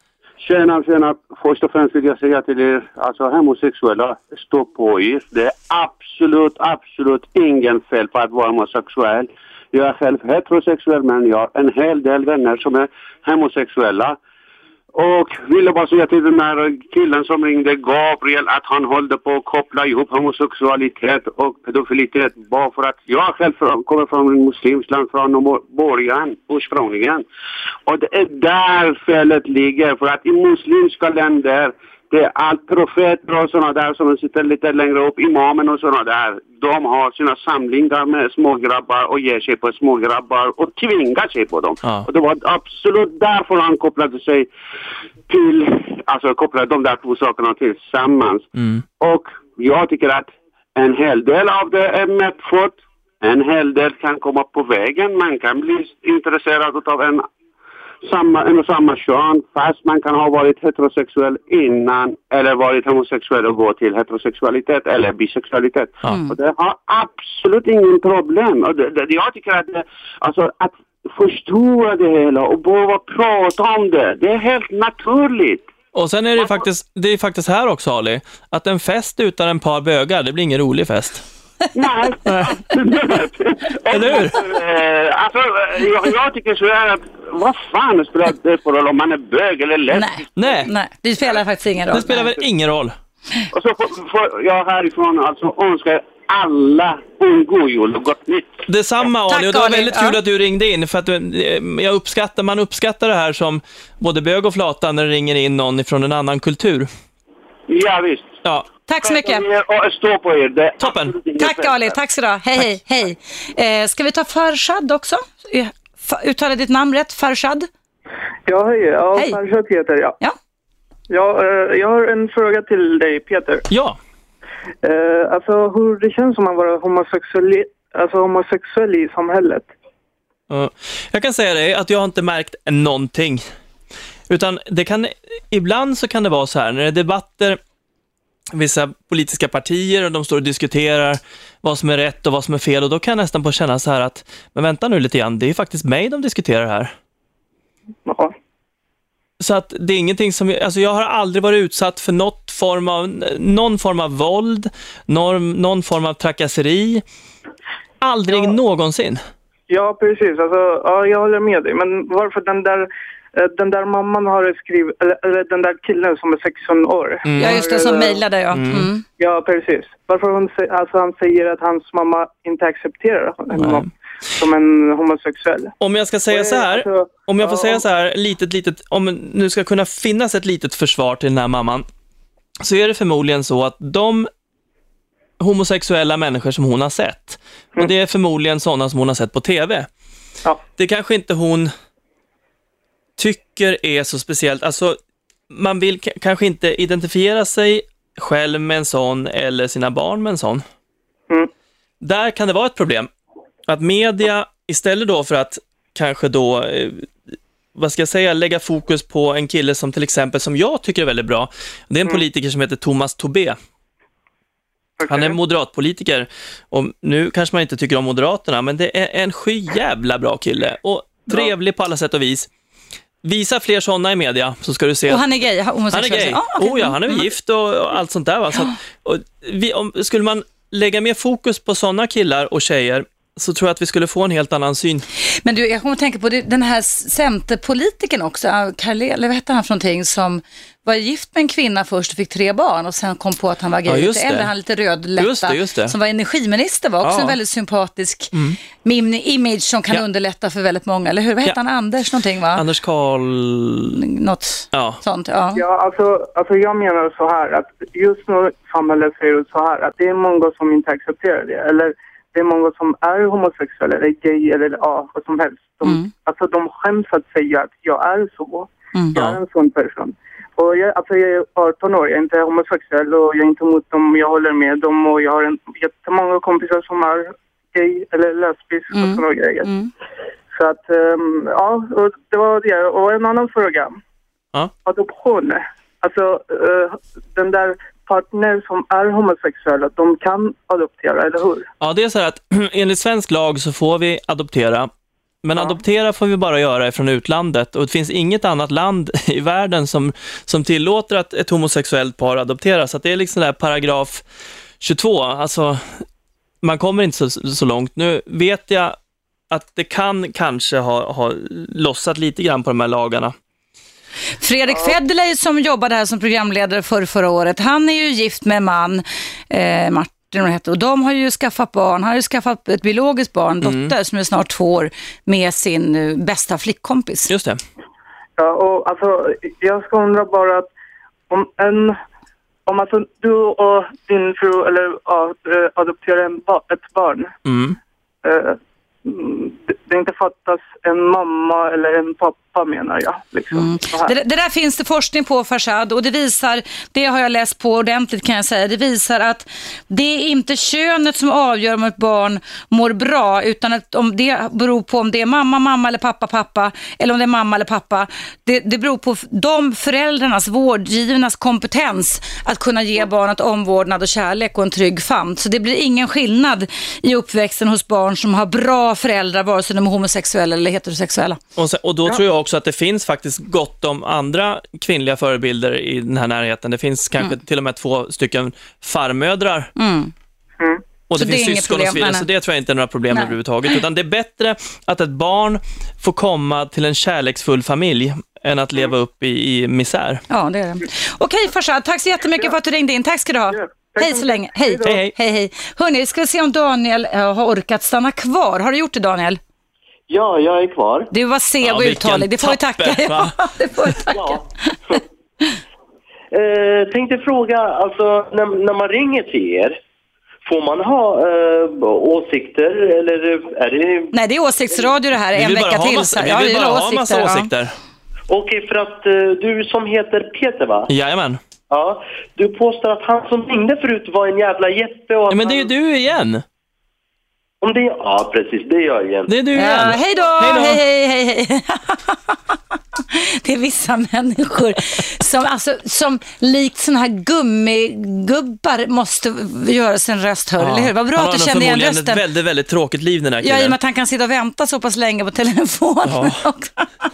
Tjena. Först och främst vill jag säga till er, alltså homosexuella, stå på er. Det är absolut ingen fel på att vara homosexuell. Jag är själv heterosexuell, men jag har en hel del vänner som är homosexuella. Och ville bara säga till den här killen som ringde, Gabriel, att han hållde på att koppla ihop homosexualitet och pedofilitet. Bara för att jag själv kommer från en muslimsk land, från början, ursprungligen. Och det är där felet ligger. För att i muslimska länder, det är allt profeter och sådana där som sitter lite längre upp, imamen och sådana där. De har sina samlingar med smågrabbar och ger sig på smågrabbar och tvingar sig på dem. Ja. Och det var absolut därför han kopplade sig till, alltså kopplade de där två sakerna tillsammans. Och jag tycker att en hel del av det är medfört. En hel del kan komma på vägen. Man kan bli intresserad av en och samma kön, fast man kan ha varit heterosexuell innan eller varit homosexuell och gå till heterosexualitet eller bisexualitet. Och det har absolut ingen problem. Och jag tycker att att förstå det hela och bara prata om det, det är helt naturligt. Och sen är det faktiskt här också, Ali, att en fest utan en par bögar, det blir ingen rolig fest. Nej. Eller hur? Alltså, jag tycker så här att vad fan spelar det för roll om man är bög eller lesbisk? Nej. Det spelar faktiskt ingen roll. Det spelar väl ingen roll. Och så får jag härifrån alltså önskar alla en god jul och gott nytt. Detsamma, Ali, och det var väldigt kul att du ringde in, för att man uppskattar det här som både bög och flata när det ringer in någon från en annan kultur. Ja, visst. Ja. Tack så mycket. Stå på er. Toppen. Tack Ali, tack så du ha. Hej. Ska vi ta Farshad också? Uttala ditt namn rätt, Farshad? Ja, hej. Ja, hej. Farshad heter jag. Ja. Jag har en fråga till dig, Peter. Ja. Alltså hur det känns som att vara homosexuell i samhället. Jag kan säga dig att jag har inte märkt någonting. Utan ibland så kan det vara så här, när det är debatter, vissa politiska partier, och de står och diskuterar vad som är rätt och vad som är fel, och då kan jag nästan på känna så här att, men vänta nu lite grann, det är faktiskt mig de diskuterar här. Ja. Så att det är ingenting som, alltså jag har aldrig varit utsatt för någon form av våld, någon form av trakasseri, aldrig någonsin. Ja, precis, alltså, jag håller med dig, men varför den där mamman har skrivit, eller den där killen som är 16 år. Ja, just det, som mejlade jag. Ja, precis. Varför han säger att hans mamma inte accepterar honom som en homosexuell. Om jag ska säga så här, om jag får säga så här, litet, om nu ska kunna finnas ett litet försvar till den här mamman, så är det förmodligen så att de homosexuella människor som hon har sett, och det är förmodligen sådana som hon har sett på tv. Ja. Det kanske inte hon tycker är så speciellt. Alltså, man vill kanske inte identifiera sig själv med en sån eller sina barn med en sån. Där kan det vara ett problem. Att media istället då för att kanske då lägga fokus på en kille som till exempel, som jag tycker är väldigt bra. Det är en politiker som heter Thomas Tobé. Okay. Han är moderatpolitiker, och nu kanske man inte tycker om Moderaterna, men det är en jävla bra kille och trevlig på alla sätt och vis. Visa fler sådana i media, så ska du se. Och han är gay, homosexuell. Han är gay. Okay. Han är gift och allt sånt där. Va? Så att, skulle man lägga mer fokus på sådana killar och tjejer, så tror jag att vi skulle få en helt annan syn. Men du, jag kommer att tänka på den här centerpolitiken också, eller vad heter han för någonting, som var gift med en kvinna först och fick 3 barn och sen kom på att han var gay. Eller han lite rödlätta, just det. Som var energiminister, var också en väldigt sympatisk image som kan underlätta för väldigt många, eller hur? Vad heter han? Anders någonting, va? Anders Karl... Något sånt, Ja, alltså jag menar så här, att just nu samhället ser ut så här, att det är många som inte accepterar det, eller det är många som är homosexuella eller gay eller vad som helst. Alltså de skäms att säga att jag är så. Jag är en sån person. Och jag är 18 år, jag är inte homosexuell och jag är inte emot dem, jag håller med dem, och jag har jättemånga kompisar som är gay eller lesbisk och sådana grejer. Så att, och det var det. Och en annan fråga. Adoption. Alltså, den där partner som är homosexuella, de kan adoptera, eller hur? Ja, det är så här att enligt svensk lag så får vi adoptera Men adoptera får vi bara göra från utlandet. Och det finns inget annat land i världen som tillåter att ett homosexuellt par adopteras. Så att det är liksom där paragraf 22. Alltså, man kommer inte så långt. Nu vet jag att det kanske ha lossat lite grann på de här lagarna. Fredrik Federley som jobbade här som programledare förra året, han är ju gift med en man, Martin och de har ju skaffat barn. Han har ju skaffat ett biologiskt barn, dotter som är snart 2 år, med sin bästa flickkompis. Just det. Ja, och alltså, jag ska undra bara att om alltså, du och din fru adopterar ett barn, det inte fattas en mamma eller en pappa, menar jag. Liksom. Det där finns det forskning på, Farshad, och det visar, det har jag läst på ordentligt kan jag säga, det visar att det är inte könet som avgör om ett barn mår bra, utan att om det beror på om det är mamma eller pappa, eller om det är mamma eller pappa. Det beror på de föräldrarnas, vårdgivarnas kompetens att kunna ge barnet omvårdnad och kärlek och en trygg famn. Så det blir ingen skillnad i uppväxten hos barn som har bra föräldrar, vare sig de är homosexuella eller heterosexuella. Och då tror jag också att det finns faktiskt gott om andra kvinnliga förebilder i den här närheten. Det finns kanske till och med 2 stycken farmödrar. Och det finns syskon och så vidare, så det tror jag inte är några problem överhuvudtaget. Utan det är bättre att ett barn får komma till en kärleksfull familj än att leva upp i misär. Ja, det är det. Okej, Farshad, tack så jättemycket för att du ringde in. Tack ska du ha. Hej så länge. Hej. Hörrni, ska vi se om Daniel har orkat stanna kvar. Har du gjort det, Daniel? Ja, jag är kvar. Du var seg och uttalig. Det får vi tacka. Det får vi tacka. Tänkte fråga, alltså när man ringer till er, får man ha åsikter eller är det... Nej, det är åsiktsradio det här, en vecka till. Vi vill bara ha massa åsikter. Okej, för att du som heter Peter, va? Jajamän. Ja, du påstår att han som ringde förut var en jävla Jeppe och... Ja, men det är ju du igen. Om det... Ja, precis, det är jag igen. Det är du igen. Ja, hej då. Hej. Det är vissa människor som likt såna här gummigubbar måste göra sin röst hörd, eller hur? Vad bra att du kände igen rösten. Han har ett väldigt tråkigt liv, den här killen. Ja, i och med att han kan sitta och vänta så pass länge på telefonen också.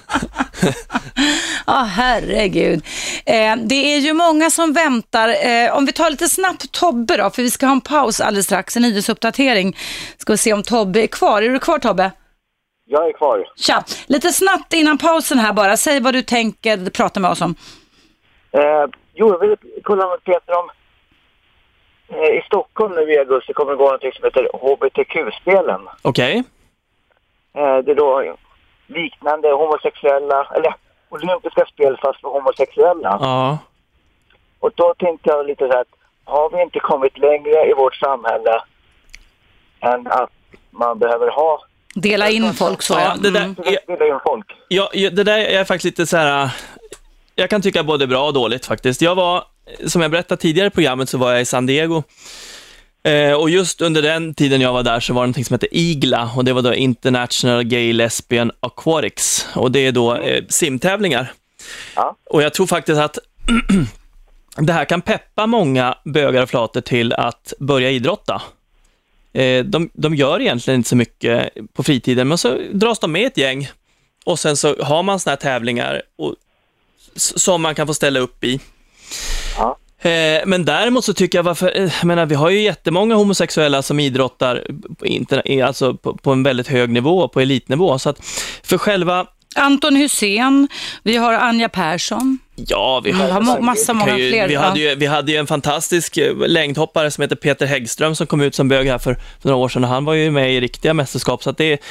Herregud. Det är ju många som väntar. Om vi tar lite snabbt Tobbe då, för vi ska ha en paus alldeles strax, en nyhetsuppdatering. Ska vi se om Tobbe är kvar. Är du kvar, Tobbe? Jag är kvar. Tja, lite snabbt innan pausen här bara. Säg vad du tänker, prata med oss om. Jag vill kolla med Peter om i Stockholm nu i augusti kommer det gå något som heter HBTQ-spelen. Okej. Det är då liknande homosexuella, eller olympiska spel fast för homosexuella. Ja. Och då tänkte jag lite så här, har vi inte kommit längre i vårt samhälle än att man behöver ha dela in folk så. Ja, det där, dela in folk. Ja, det där är faktiskt lite så här. Jag kan tycka både bra och dåligt faktiskt. Jag var, som jag berättade tidigare i programmet, så var jag i San Diego. Och just under den tiden jag var där så var det någonting som heter IGLA, och det var då International Gay Lesbian Aquatics, och det är då simtävlingar. Ja. Och jag tror faktiskt att det här kan peppa många bögar och flator till att börja idrotta. De gör egentligen inte så mycket på fritiden, men så dras de med ett gäng och sen så har man såna här tävlingar som man kan få ställa upp i. Ja. Men däremot så tycker jag vi har ju jättemånga homosexuella som idrottar alltså på en väldigt hög nivå, på elitnivå, så att för själva Anton Hussein, vi har Anja Persson. Ja, vi har många fler. Vi hade ju en fantastisk längdhoppare som heter Peter Häggström som kom ut som bög här för några år sedan, och han var ju med i riktiga mästerskap, så att det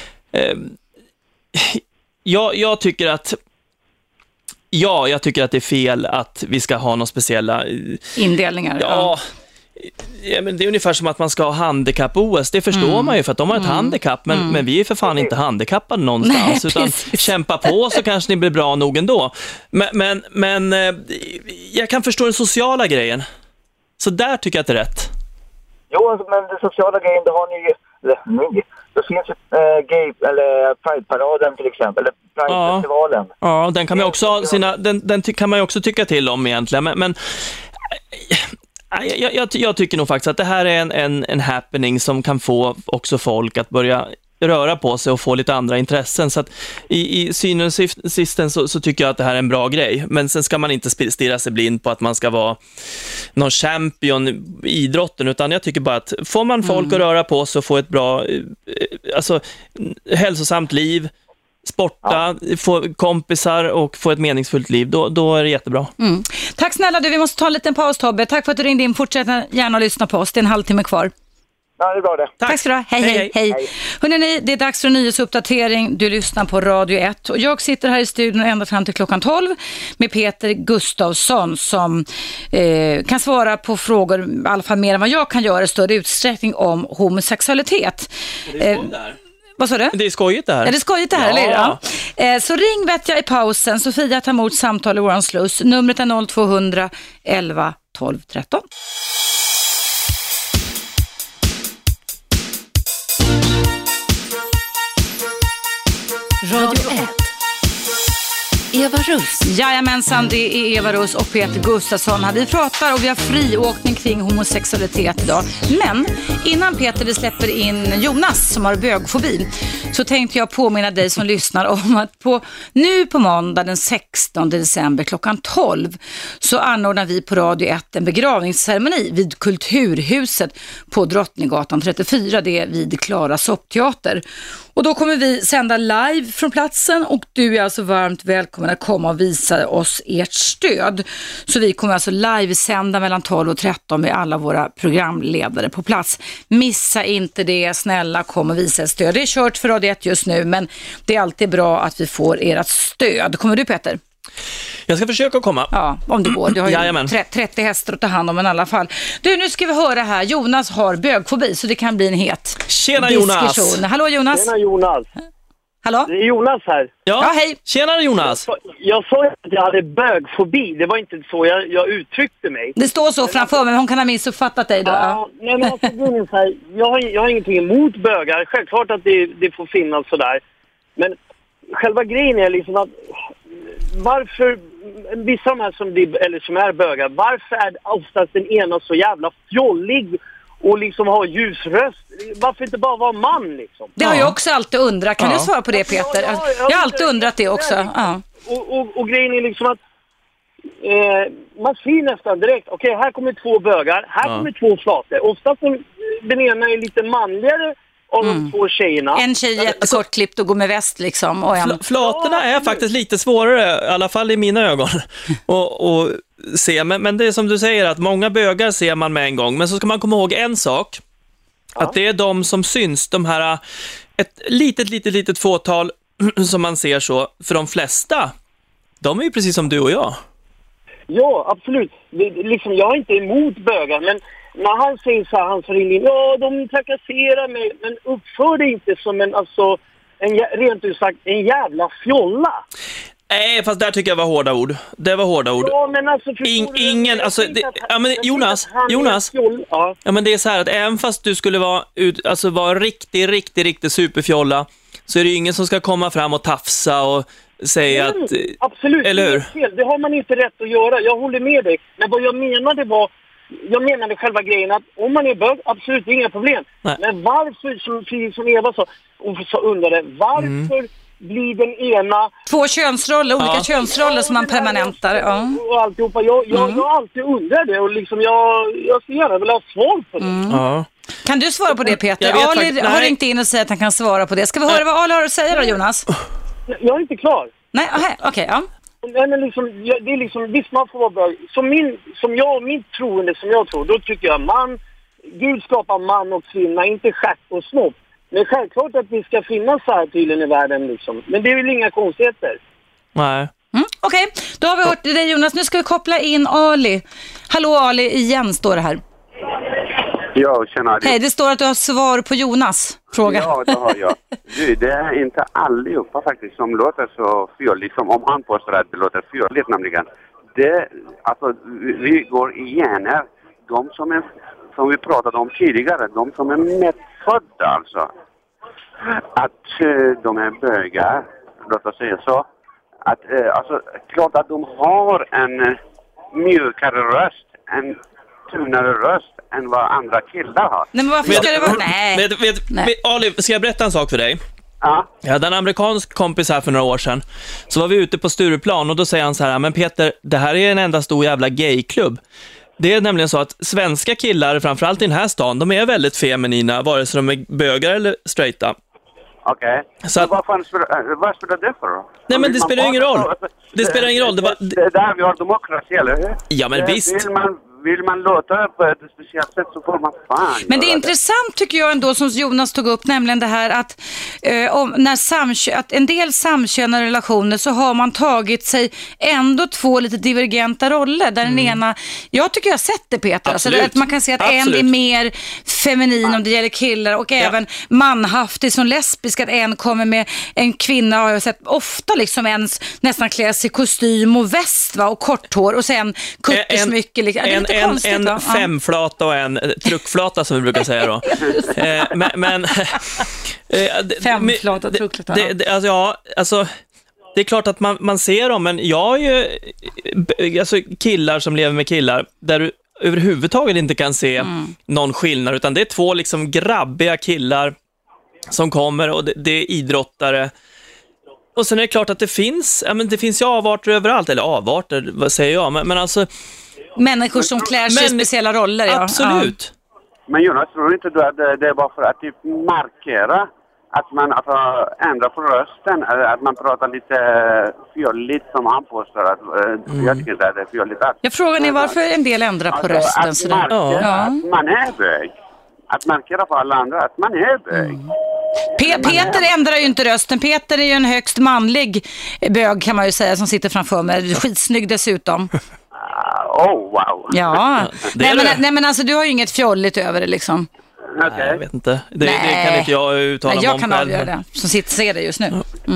jag tycker att jag tycker att det är fel att vi ska ha några speciella indelningar. Ja, men det är ungefär som att man ska ha handikapp-OS. Det förstår man ju, för att de har ett handikapp, men vi är för fan inte handikappade någonstans. Nej, utan kämpa på så kanske ni blir bra nog ändå. Men jag kan förstå den sociala grejen. Så där tycker jag att det är rätt. Jo, men den sociala grejen, det har ni. Det finns gay eller Pride-paraden till exempel, eller Pride-festivalen. Ja, den kan man också den kan man ju också tycka till om egentligen, men jag tycker nog faktiskt att det här är en happening som kan få också folk att börja röra på sig och få lite andra intressen. Så att i synen och sisten så tycker jag att det här är en bra grej. Men sen ska man inte stirra sig blind på att man ska vara någon champion i idrotten, utan jag tycker bara att får man folk att röra på sig och få ett bra hälsosamt liv, sporta, få kompisar och få ett meningsfullt liv, då är det jättebra. Tack snälla du, vi måste ta en liten paus, Tobbe. Tack för att du ringde in, fortsätt gärna att lyssna på oss, det är en halvtimme kvar. Ja, det är bra det. Tack ska du ha. Hej. Hörrni, det är dags för en nyhetsuppdatering. Du lyssnar på Radio 1 och jag sitter här i studion ända fram till klockan 12 med Peter Gustafsson som kan svara på frågor, i alla fall mer än vad jag kan göra i större utsträckning om homosexualitet. Vad sa du? Det är skojigt det här. Ja, det är skojigt det här, eller ja. Så ring vet jag i pausen. Sofia tar emot samtal i våran sluss. Numret är 0200 11 12 13. Radio 1. Eva Russ. Jajamensan, det är Eva Russ och Peter Gustafsson här. Vi pratar och vi har friåkning kring homosexualitet idag. Men innan Peter vi släpper in Jonas som har bögfobi, så tänkte jag påminna dig som lyssnar om att nu på måndag den 16 december klockan 12 så anordnar vi på Radio 1 en begravningsceremoni vid Kulturhuset på Drottninggatan 34. Det är vid Klara Soppteater. Och då kommer vi sända live från platsen och du är alltså varmt välkommen att komma och visa oss ert stöd. Så vi kommer alltså livesända mellan 12 och 13 med alla våra programledare på plats. Missa inte det, snälla kom och visa ert stöd. Det är kört för Radio 1 just nu, men det är alltid bra att vi får ert stöd. Kommer du, Peter? Jag ska försöka komma. Ja, om det går. Du har ju 30 hästar att ta hand om, men i alla fall. Du, nu ska vi höra här. Jonas har bögfobi, så det kan bli en het Tjena diskussion. Jonas! Hallå Jonas! Tjena Jonas! Hallå? Det är Jonas här. Ja, hej! Tjena Jonas! Jag sa att jag hade bögfobi. Det var inte så jag uttryckte mig. Det står så framför mig, men hon kan ha missuppfattat dig då. Ja, nej, men alltså, så här, jag har ingenting emot bögar. Självklart att det får finnas sådär. Men själva grejen är liksom att varför vissa av de här som är bögar, varför är oftast den ena så jävla fjollig och liksom har ljus röst? Varför inte bara vara man liksom? Det har jag också alltid undrat. Kan du svara på det, Peter? Jag har alltid undrat det också. Ja. Och grejen är liksom att man ser nästan direkt, okej, här kommer 2 bögar, här kommer 2 flator. Oftast den ena är lite manligare av de 2 tjejerna. En tjej jättekortklippt och går med väst liksom. Och flatorna är faktiskt lite svårare, i alla fall i mina ögon, och se. Men det är som du säger, att många bögar ser man med en gång. Men så ska man komma ihåg en sak. Att det är de som syns, de här, ett litet fåtal som man ser så. För de flesta, de är ju precis som du och jag. Ja, absolut. Liksom, jag är inte emot bögar, men när han säger så här, han säger in, ja, de trakasserar mig, men uppför det inte som rent ut sagt, en jävla fjolla. Nej, fast där tycker jag var hårda ord. Det var hårda ord. Ja, men alltså... Ingen, alltså... Jonas. Ja, men det är så här att även fast du skulle vara riktigt superfjolla, så är det ju ingen som ska komma fram och tafsa och säga att... Absolut, eller hur? Det har man inte rätt att göra. Jag håller med dig. Men vad jag menade själva grejen att om man är bög, absolut inga problem. Nej. Men varför, som Eva sa, och så undrade, varför blir den ena... 2 könsroller, olika könsroller som man permanentar. Ja. Och alltihopa. Jag har alltid undrat det och liksom jag skulle gärna vilja ha svar på det. Ja. Kan du svara på det, Peter? Ali har ringt in och säger att han kan svara på det. Ska vi höra vad Ali har att säga då, Jonas? Jag är inte klar. Nej, okej, ja. Nej, men liksom, det är liksom, visst man får vara bög. Min troende som jag tror, då tycker jag Gud skapar man och kvinna, inte stjärt och snopp. Men självklart att det ska finnas så här tydligen i världen liksom. Men det är väl inga konstigheter. Nej. Okej, då har vi hört det Jonas. Nu ska vi koppla in Ali. Hallå Ali, igen står det här. Ja, tjena. Hej, det står att du har svar på Jonas fråga. Ja, det har jag. Det är inte allihopa faktiskt som låter så fjolligt som om han påstår att det låter fjolligt nämligen. Vi går igen här. De som vi pratade om tidigare, de som är medfödda alltså. Att de är bögar, låt oss säga så. Klart att de har en mjukare röst än tunnare röst än vad andra killar har. Nej, men varför ska det vara... Nej. Ali, ska jag berätta en sak för dig? Ja. Jag hade en amerikansk kompis här för några år sedan. Så var vi ute på Stureplan och då säger han så här: men Peter, det här är en enda stor jävla gayklubb. Det är nämligen så att svenska killar, framförallt i den här stan, de är väldigt feminina, vare sig de är bögar eller straighta. Okej. Så vad spelar det för då? Nej, men det spelar ingen roll. Det spelar ingen roll. Det är där vi har demokrati, eller hur? Ja, men visst. Vill man låta på ett speciellt sätt så får man fan. Men det är intressant tycker jag ändå, som Jonas tog upp, nämligen det här att, att en del samkönade relationer så har man tagit sig ändå två lite divergenta roller. Där den ena, jag tycker jag har sett det, Peter. Alltså att man kan se att en är mer feminin om det gäller killar och även manhaftig som lesbisk, att en kommer med en kvinna, har jag sett ofta liksom ens nästan klär sig i kostym och väst, va, och kort hår och sen kuttersmycke. En femflata och en truckflata som vi brukar säga då. Femflata, truckflata. Alltså, det är klart att man ser dem, men jag är ju alltså, killar som lever med killar där du överhuvudtaget inte kan se någon skillnad, utan det är två liksom grabbiga killar som kommer och det är idrottare. Och sen är det klart att det finns ju avarter överallt, eller avarter, vad säger jag, men alltså människor som klär sig i speciella roller. Absolut. Ja. Men Jonas, tror inte du att det är bara för att typ markera att man ändrar på rösten, eller att man pratar lite fjolligt som han påstår att jag tycker inte att det är fjolligt. Jag frågar ni varför en del ändrar på rösten att markera att man är bög. Att markera för alla andra att man är bög. Peter ändrar ju inte rösten. Peter är ju en högst manlig bög, kan man ju säga, som sitter framför mig. Skitsnygg dessutom. Wow. Ja. Nej, men alltså du har ju inget fjolligt över det liksom. Nej, jag vet inte. Det kan inte jag uttala mig om jag kan avgöra det, som ser det just nu.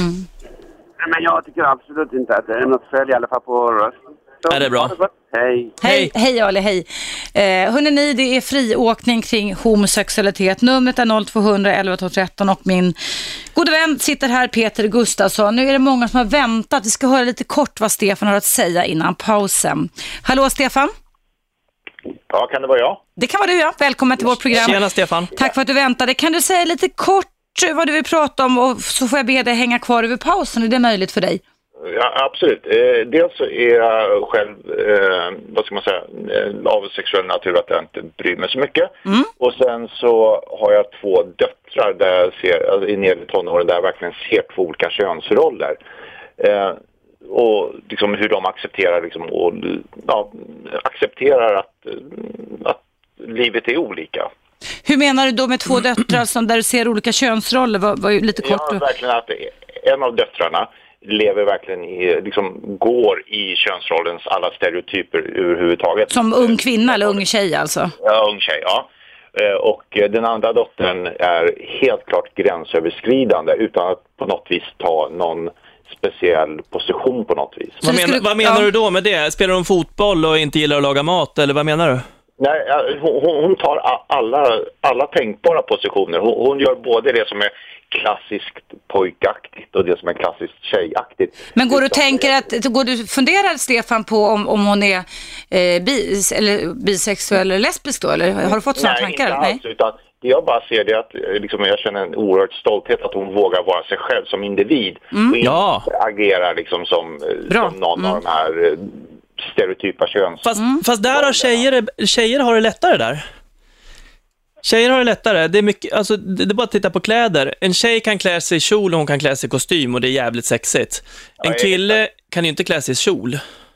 Men jag tycker absolut inte att det är något fel, i alla fall på rösten. Är det bra? Hej Ali, hej. Hörrni, det är friåkning kring homosexualitet. Numret är 0200 11 13 och min gode vän sitter här, Peter Gustafsson. Nu är det många som har väntat. Vi ska höra lite kort vad Stefan har att säga innan pausen. Hallå Stefan? Ja, kan det vara jag? Det kan vara du, ja. Välkommen till vårt program. Tjena Stefan. Tack för att du väntade. Kan du säga lite kort vad du vill prata om, och så får jag be dig hänga kvar över pausen. Är det möjligt för dig? Ja, absolut. Dels så är jag själv, vad ska man säga, av sexuell natur att jag inte bryr mig så mycket. Och sen så har jag 2 döttrar där jag ser, alltså, i nedre tonåren, där jag verkligen ser 2 olika könsroller. Och liksom hur de accepterar liksom, och accepterar att livet är olika. Hur menar du då med 2 döttrar som där du ser olika könsroller? Var ju lite kort. Ja, verkligen att en av döttrarna lever verkligen går i könsrollens alla stereotyper överhuvudtaget. Som ung kvinna eller ung tjej alltså? Ja, ung tjej, ja. Och den andra dottern är helt klart gränsöverskridande utan att på något vis ta någon speciell position på något vis. Vad menar du då med det? Spelar hon fotboll och inte gillar att laga mat, eller vad menar du? Nej, hon tar alla tänkbara positioner. Hon gör både det som är klassiskt pojkaktigt och det som är klassiskt tjejaktigt. Men går du funderar Stefan på om hon är bisexuell eller lesbisk då? Eller har du fått sådana tankar? Inte alls, utan det jag bara ser det att liksom, jag känner en oerhörd stolthet att hon vågar vara sig själv som individ och inte agera liksom som någon av de här stereotypa köns. Fast där har tjejer har det lättare där. Tjejer har det lättare. Det är mycket, alltså det är bara att titta på kläder. En tjej kan klä sig i kjol och hon kan klä sig i kostym och det är jävligt sexigt. En kille kan ju inte klä sig i kjol.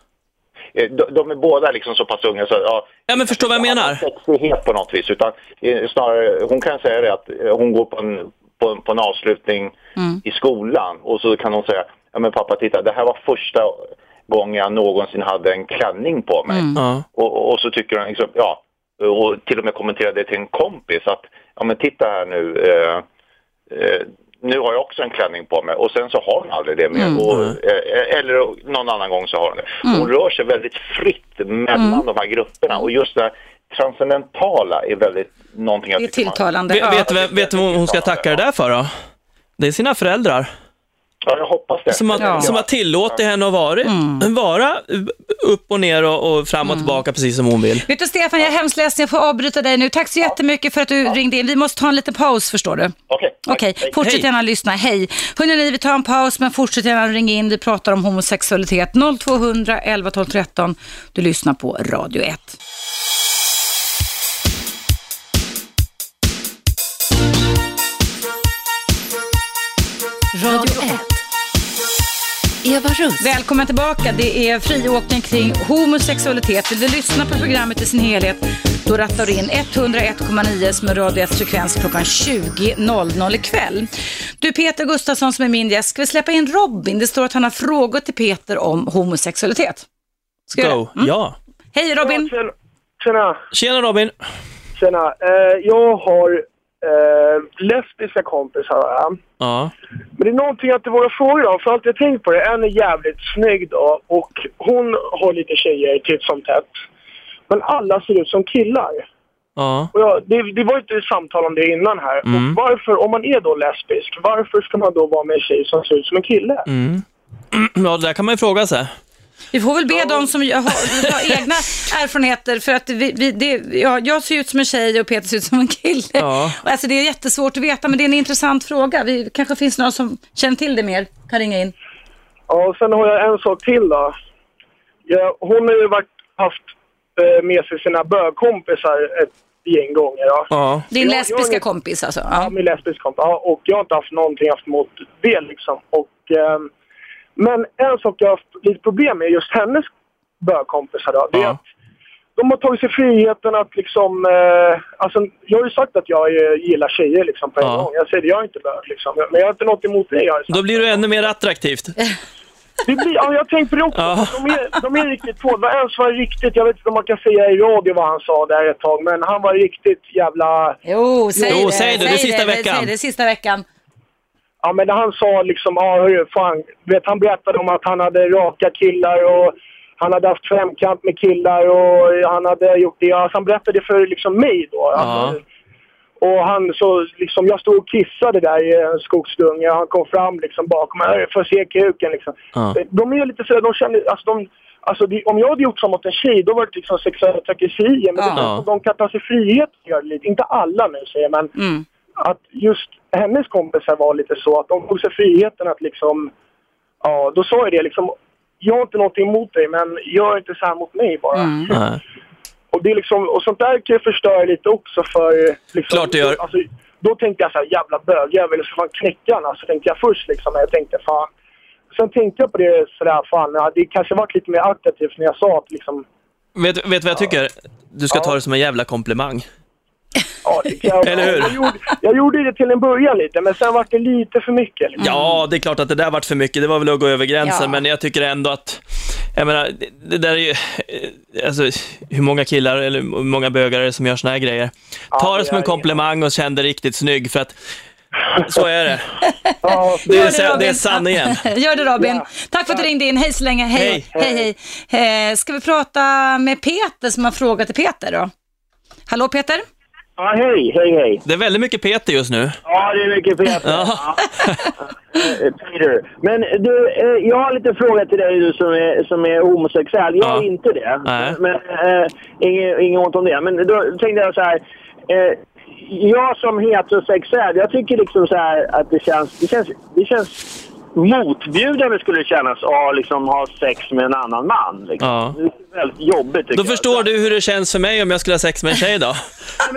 De är båda liksom så pass unga så ja, men förstår vad jag menar. Sexighet på något vis, utan snarare hon kan säga det att hon går på en avslutning i skolan och så kan hon säga, ja men pappa titta, det här var första gången jag någonsin hade en klänning på mig. Och så tycker hon liksom, och till och med kommenterade det till en kompis att, ja men titta här nu, nu har jag också en klänning på mig och sen så har hon aldrig det mer. Eller någon annan gång så har hon det. Hon rör sig väldigt fritt mellan de här grupperna och just det här transcendentala är väldigt någonting jag tycker tilltalande. Vet du vad hon ska tacka det där för då? Det är sina föräldrar. Ja, jag hoppas det. Som har tillåtit henne att vara upp och ner och fram och tillbaka precis som hon vill. Vet du Stefan, jag är hemskt ledsen, jag får avbryta dig nu. Tack så jättemycket för att du ringde in. Vi måste ta en liten paus, förstår du. Okej. Fortsätt gärna lyssna. Hej. Hörrni, vi tar en paus, men fortsätt gärna ringa in. Vi pratar om homosexualitet. 0200 11 12 13. Du lyssnar på Radio 1. Radio 1. Eva Russ. Välkommen tillbaka. Det är friåkning kring homosexualitet. Vill du lyssna på programmet i sin helhet, då rattar du in 101,9 som är Radio 1 frekvens klockan 20.00 ikväll. Du Peter Gustafsson som är min gäst, ska vi släppa in Robin? Det står att han har frågor till Peter om homosexualitet. Go, ja. Hej Robin. Tjena. Tjena Robin. Tjena. Jag har lesbiska kompisar. Ja. Men det är någonting att det våra frågor om, för allt jag tänkt på det. En är jävligt snygg då, och hon har lite tjejer titt som tätt. Men alla ser ut som killar. Ja. Och det var ju ett samtal om det innan här. Och varför, om man är då lesbisk, varför ska man då vara med en tjej som ser ut som en kille? Ja, det där kan man ju fråga sig. Vi får väl be de som har egna erfarenheter, för att jag ser ut som en tjej och Peter ser ut som en kille. Ja. Alltså det är jättesvårt att veta, men det är en intressant fråga. Kanske finns någon som känner till det mer, kan ringa in. Ja, och sen har jag en sak till då. Hon har ju haft med sig sina bögkompisar ett gäng gånger. Ja. Din lesbiska kompis alltså? Ja, min lesbiska kompis. Ja, och jag har inte haft någonting mot det liksom. Och... men en sak jag har haft lite problem med just hennes bögkompisar då, det är att de har tagit sig friheten att liksom, alltså jag har ju sagt att jag gillar tjejer liksom på en gång. Jag säger det, jag är inte bög liksom, men jag har inte något emot det. Då blir du ännu mer attraktivt. Det blir, ja, jag tänkte på det också. De är riktigt två. Det var en som var riktigt, jag vet inte om man kan säga i radio vad han sa där ett tag, men han var riktigt jävla... Säg det, det är sista veckan. Säg det, sista veckan. Ja, men han sa liksom, han berättade om att han hade raka killar och han hade haft femkant med killar och han hade gjort det. Alltså, han berättade det för liksom mig då. Alltså, och han så liksom, jag stod och kissade där i en skogsdunge och han kom fram liksom bakom mig för att se kuken liksom. De är lite så, de känner, om jag hade gjort så mot en tjej, då var det liksom sexuella trakasserier, men de kan ta sig frihet och göra det lite. Inte alla nu säger men att just hennes kompisar var lite så att de tog sig friheten att liksom, då sa jag det liksom, jag har inte någonting emot dig, men gör inte så här mot mig bara. Och det är liksom, och sånt där kan jag förstöra lite också för liksom, klart det gör. Alltså, då tänkte jag så här, jävla bögjävel, så fan knäcka han, så tänkte jag först liksom, jag tänkte fan. Sen tänkte jag på det sådär, fan, det kanske var lite mer aktivt när jag sa att liksom. Vet du vad jag tycker? Du ska ta det som en jävla komplimang. Ja, det kan jag. Eller hur? Jag gjorde det till en början lite, men sen var det lite för mycket. Liksom. Ja, det är klart att det där var för mycket. Det var väl att gå över gränsen, men jag tycker ändå att, jag menar, det där är ju, alltså, hur många killar eller hur många bögare som gör såna här grejer. Ta det som en komplimang och känn dig riktigt snygg, för att så är det. Det är sanningen. Gör det Robin. Tack för att du ringde in. Hej så länge. Hej. Ska vi prata med Peter som har frågat till Peter då? Hallå Peter? Ja, hej. Det är väldigt mycket Peter just nu. Ja, det är mycket Peter. Ja. Peter. Men du, jag har lite fråga till dig, du som är homosexuell. Jag är inte det. Men ingen ont om det. Men då tänkte jag så här, jag som heterosexuell, jag tycker liksom så här att det känns motbjudande skulle det kännas att liksom ha sex med en annan man. Liksom. Ja. Det är väldigt jobbigt. Då förstår du hur det känns för mig om jag skulle ha sex med en tjej då.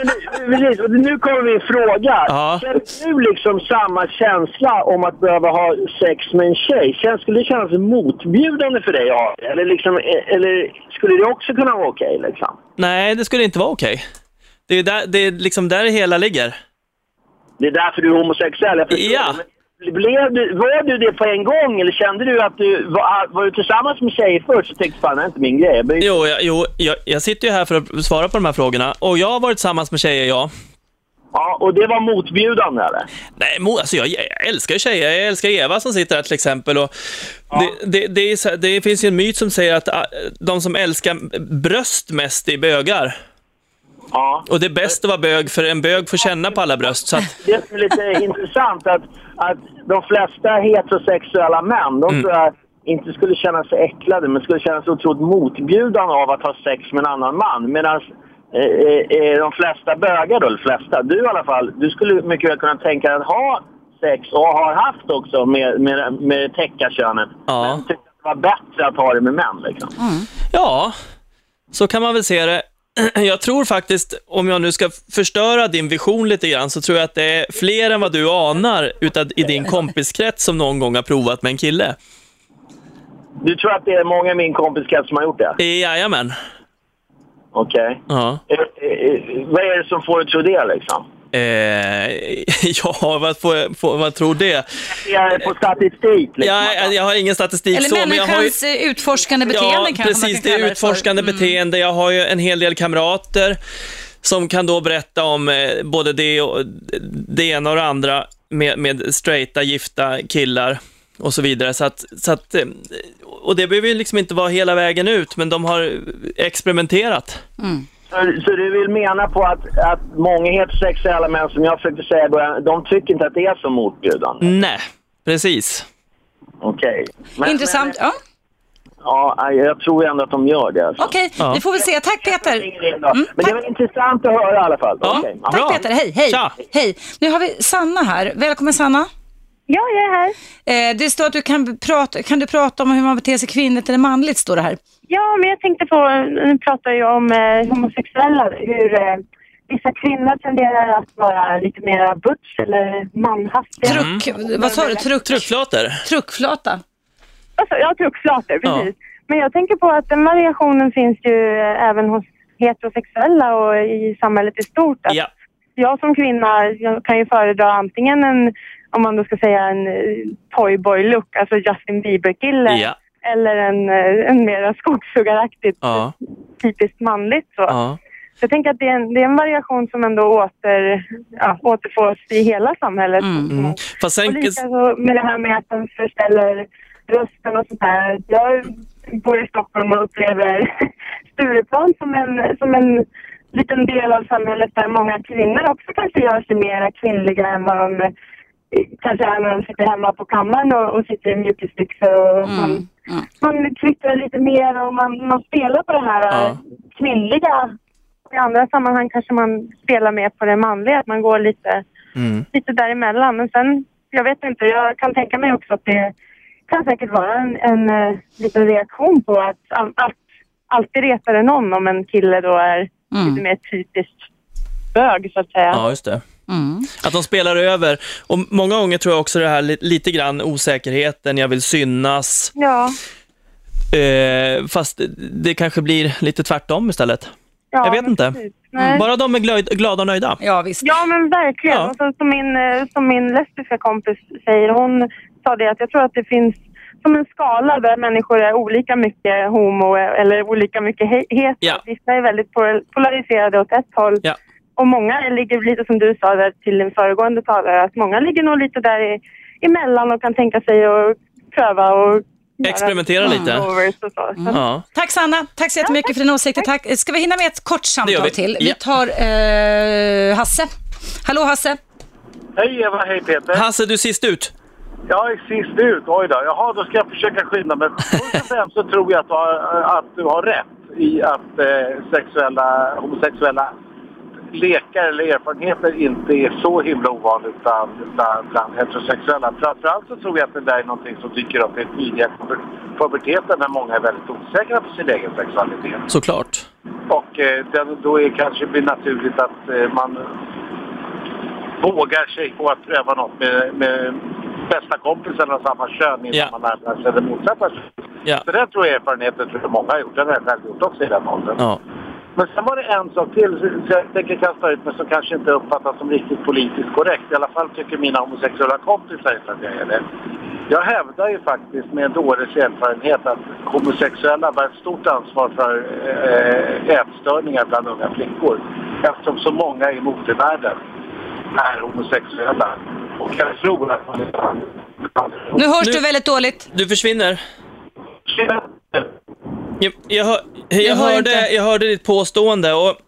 Nu kommer min fråga. Känner du liksom samma känsla om att behöva ha sex med en tjej? Skulle det kännas motbjudande för dig? Eller skulle det också kunna vara okej? Liksom? Nej, det skulle inte vara okej. Det är liksom där det hela ligger. Det är därför du är homosexuell, jag förstår. Ja. Var du det på en gång, eller kände du att du var du tillsammans med tjejer först och tänkte fan, det är inte min grej? Jag sitter ju här för att svara på de här frågorna, och jag har varit tillsammans med tjejer, ja. Ja, och det var motbjudande, eller? Nej, alltså jag älskar tjejer. Jag älskar Eva som sitter här till exempel. Och det finns ju en myt som säger att de som älskar bröst mest är bögar. Ja. Och det är bäst att vara bög, för en bög får känna på alla bröst. Så att... Det är lite intressant att de flesta heterosexuella män, de tror jag inte skulle känna sig äcklade, men skulle känna sig otroligt motbjudande av att ha sex med en annan man. Medan de flesta bögar då, du i alla fall, du skulle mycket väl kunna tänka att ha sex, och har haft också med täckarkönet. Ja. Men tycker att det var bättre att ha det med män liksom. Ja, så kan man väl se det. Jag tror faktiskt, om jag nu ska förstöra din vision lite grann, så tror jag att det är fler än vad du anar i din kompiskrets som någon gång har provat med en kille. Du tror att det är många i min kompiskrets som har gjort det? Jajamän. Okej. Ja. Vad är det som får dig tro det liksom? Ja, vad tror det? Jag är på statistik. Liksom. Jag har ingen statistik. Eller så, men jag har ju... utforskande beteende kanske precis, man kan det är kalla utforskande beteende. Jag har ju en hel del kamrater som kan då berätta om både det ena och det andra med straighta, gifta killar och så vidare. Så att, och det behöver ju liksom inte vara hela vägen ut, men de har experimenterat. Så du vill mena på att många heterosexuella män, som jag försökte säga då, de tycker inte att det är så motbjudande? Nej, precis. Okej. Intressant, ja. Ja, jag tror ändå att de gör det. Alltså. Okej, det får vi se. Tack Peter. Men det var intressant att höra i alla fall. Ja, okay. Tack Peter, hej. Hej. Nu har vi Sanna här. Välkommen Sanna. Ja, jag är här. Det står att du kan du prata om hur man beter sig kvinnligt eller manligt, står det här. Ja, men jag tänkte nu pratar jag om homosexuella, hur vissa kvinnor tenderar att vara lite mer butch eller manhastiga. Vad sa du? Truckflator? Truckflata. Alltså, ja, truckflator, precis. Ja. Men jag tänker på att den variationen finns ju även hos heterosexuella och i samhället i stort. Att jag som kvinna kan ju föredra antingen om man då ska säga en toyboy-look, alltså Justin Bieber-kille, eller en mer skogshuggaraktigt, typiskt manligt så. Så jag tänker att det är en variation som ändå återfås i hela samhället. Fast och likaså med det här med att de förställer rösten och sånt här. Jag bor i Stockholm och upplever Stureplan som en liten del av samhället där många kvinnor också kanske gör sig mer kvinnliga än vad de kanske är när de sitter hemma på kammaren och sitter i mjukisbyxor och man kvittrar lite mer och man spelar på det här kvinnliga. I andra sammanhang kanske man spelar mer på det manliga, att man går lite däremellan. Men sen, jag vet inte, jag kan tänka mig också att det kan säkert vara en liten reaktion på att alltid retar det någon om en kille då är lite mer typiskt bög så att säga. Ja, just det. Att de spelar över. Och många gånger tror jag också det här lite grann osäkerheten, jag vill synas. Ja. Fast det kanske blir lite tvärtom istället. Ja, jag vet inte. Bara de är glada och nöjda. Ja, visst. Ja, men verkligen. Ja. Och så, som min lesbiska kompis säger, hon sa det att jag tror att det finns som en skala där människor är olika mycket homo eller olika mycket hetero. Vissa är väldigt polariserade åt ett håll. Ja. Och många ligger lite som du sa där till den föregående talare, att många ligger nog lite där emellan och kan tänka sig att pröva och experimentera lite. Ja. Tack Sanna, tack så jättemycket för din åsikt. Tack. Ska vi hinna med ett kort samtal till? Vi tar Hasse. Hallå Hasse. Hej Eva, hej Peter. Hasse, du är sist ut. Jag är sist ut, oj då. Jaha, då ska jag försöka skynda mig. Först och främst så tror jag att du har rätt i att homosexuella lekar eller erfarenheter inte är så himla ovanligt bland heterosexuella. Framförallt så tror jag att det där är någonting som dyker upp i tidiga puberteten när många är väldigt osäkra på sin egen sexualitet. Såklart. Och då kanske blir naturligt att man vågar sig på att pröva något med bästa kompisen av samma kön innan man närmar sig det motsatta. Så det tror jag erfarenheten tror jag många har gjort. Det har jag själv gjort också i den åldern. Ja. Men sen var det en sak till så jag tänker kasta ut, men som kanske inte uppfattas som riktigt politiskt korrekt. I alla fall tycker mina homosexuella kompisar inte att jag är det. Jag hävdar ju faktiskt med en dåres erfarenhet att homosexuella bär ett stort ansvar för ätstörningar bland unga flickor. Eftersom så många i modevärlden är homosexuella. Och jag tror att man Nu hörs du väldigt dåligt. Du försvinner. Jag hörde ditt påstående och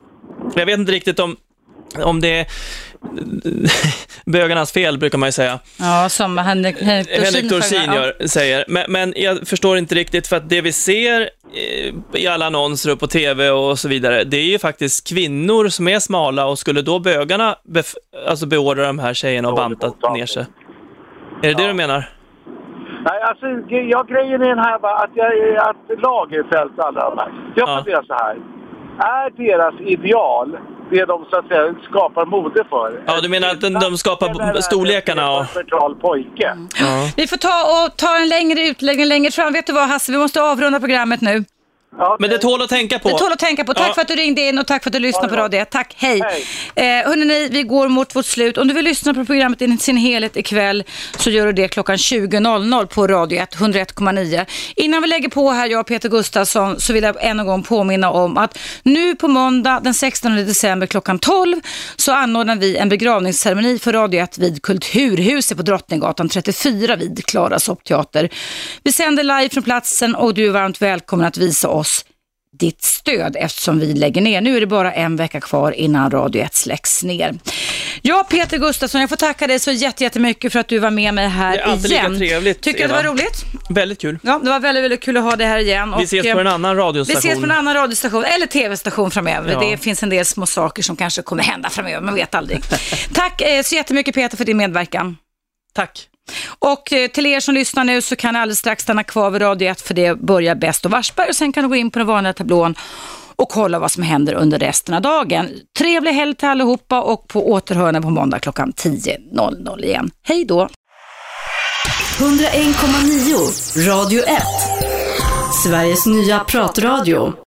Jag vet inte riktigt om det är bögarnas fel, brukar man ju säga. Ja, som Henrik Dorsin säger. Men jag förstår inte riktigt, för att det vi ser i alla annonser på tv och så vidare, det är ju faktiskt kvinnor som är smala, och skulle då bögarna beordra de här tjejerna och banta ner sig? Är det du menar? Nej, alltså grejen är den här att Lagerfeld alla de här. Jag funderar så här. Är deras ideal det de så att säga skapar mode för? Ja, du menar att de skapar storlekarna och pojke? Vi får ta en längre utläggning längre fram. Vet du vad, Hasse? Vi måste avrunda programmet nu. Men det tål att tänka på. Det tål att tänka på. Tack för att du ringde in och tack för att du lyssnade på radio. Tack, hej. Hörrni, vi går mot vårt slut. Om du vill lyssna på programmet i sin helhet ikväll så gör du det klockan 20.00 på radio 101,9. Innan vi lägger på här, jag och Peter Gustafsson, så vill jag än en gång påminna om att nu på måndag den 16 december klockan 12 så anordnar vi en begravningsceremoni för radio 1 vid Kulturhuset på Drottninggatan 34 vid Klara Soppteater. Vi sänder live från platsen och du är varmt välkommen att visa oss ditt stöd eftersom vi lägger ner. Nu är det bara en vecka kvar innan Radio 1 släcks ner. Ja, Peter Gustafsson, jag får tacka dig så jättemycket för att du var med mig här igen. Det är alltid lika trevligt. Tycker du det var roligt? Väldigt kul. Ja, det var väldigt, väldigt kul att ha det här igen. Vi ses på en annan radiostation. Vi ses på en annan radiostation eller tv-station framöver. Ja. Det finns en del små saker som kanske kommer hända framöver, man vet aldrig. Tack så jättemycket Peter för din medverkan. Tack. Och till er som lyssnar nu så kan ni alldeles strax stanna kvar vid Radio 1 för det börjar Bäst och Warsberg och sen kan du gå in på den vanliga tablån och kolla vad som händer under resten av dagen. Trevlig helg till allihopa och på återhörande på måndag klockan 10.00 igen. Hej då! 101,9 Radio 1 Sveriges nya pratradio.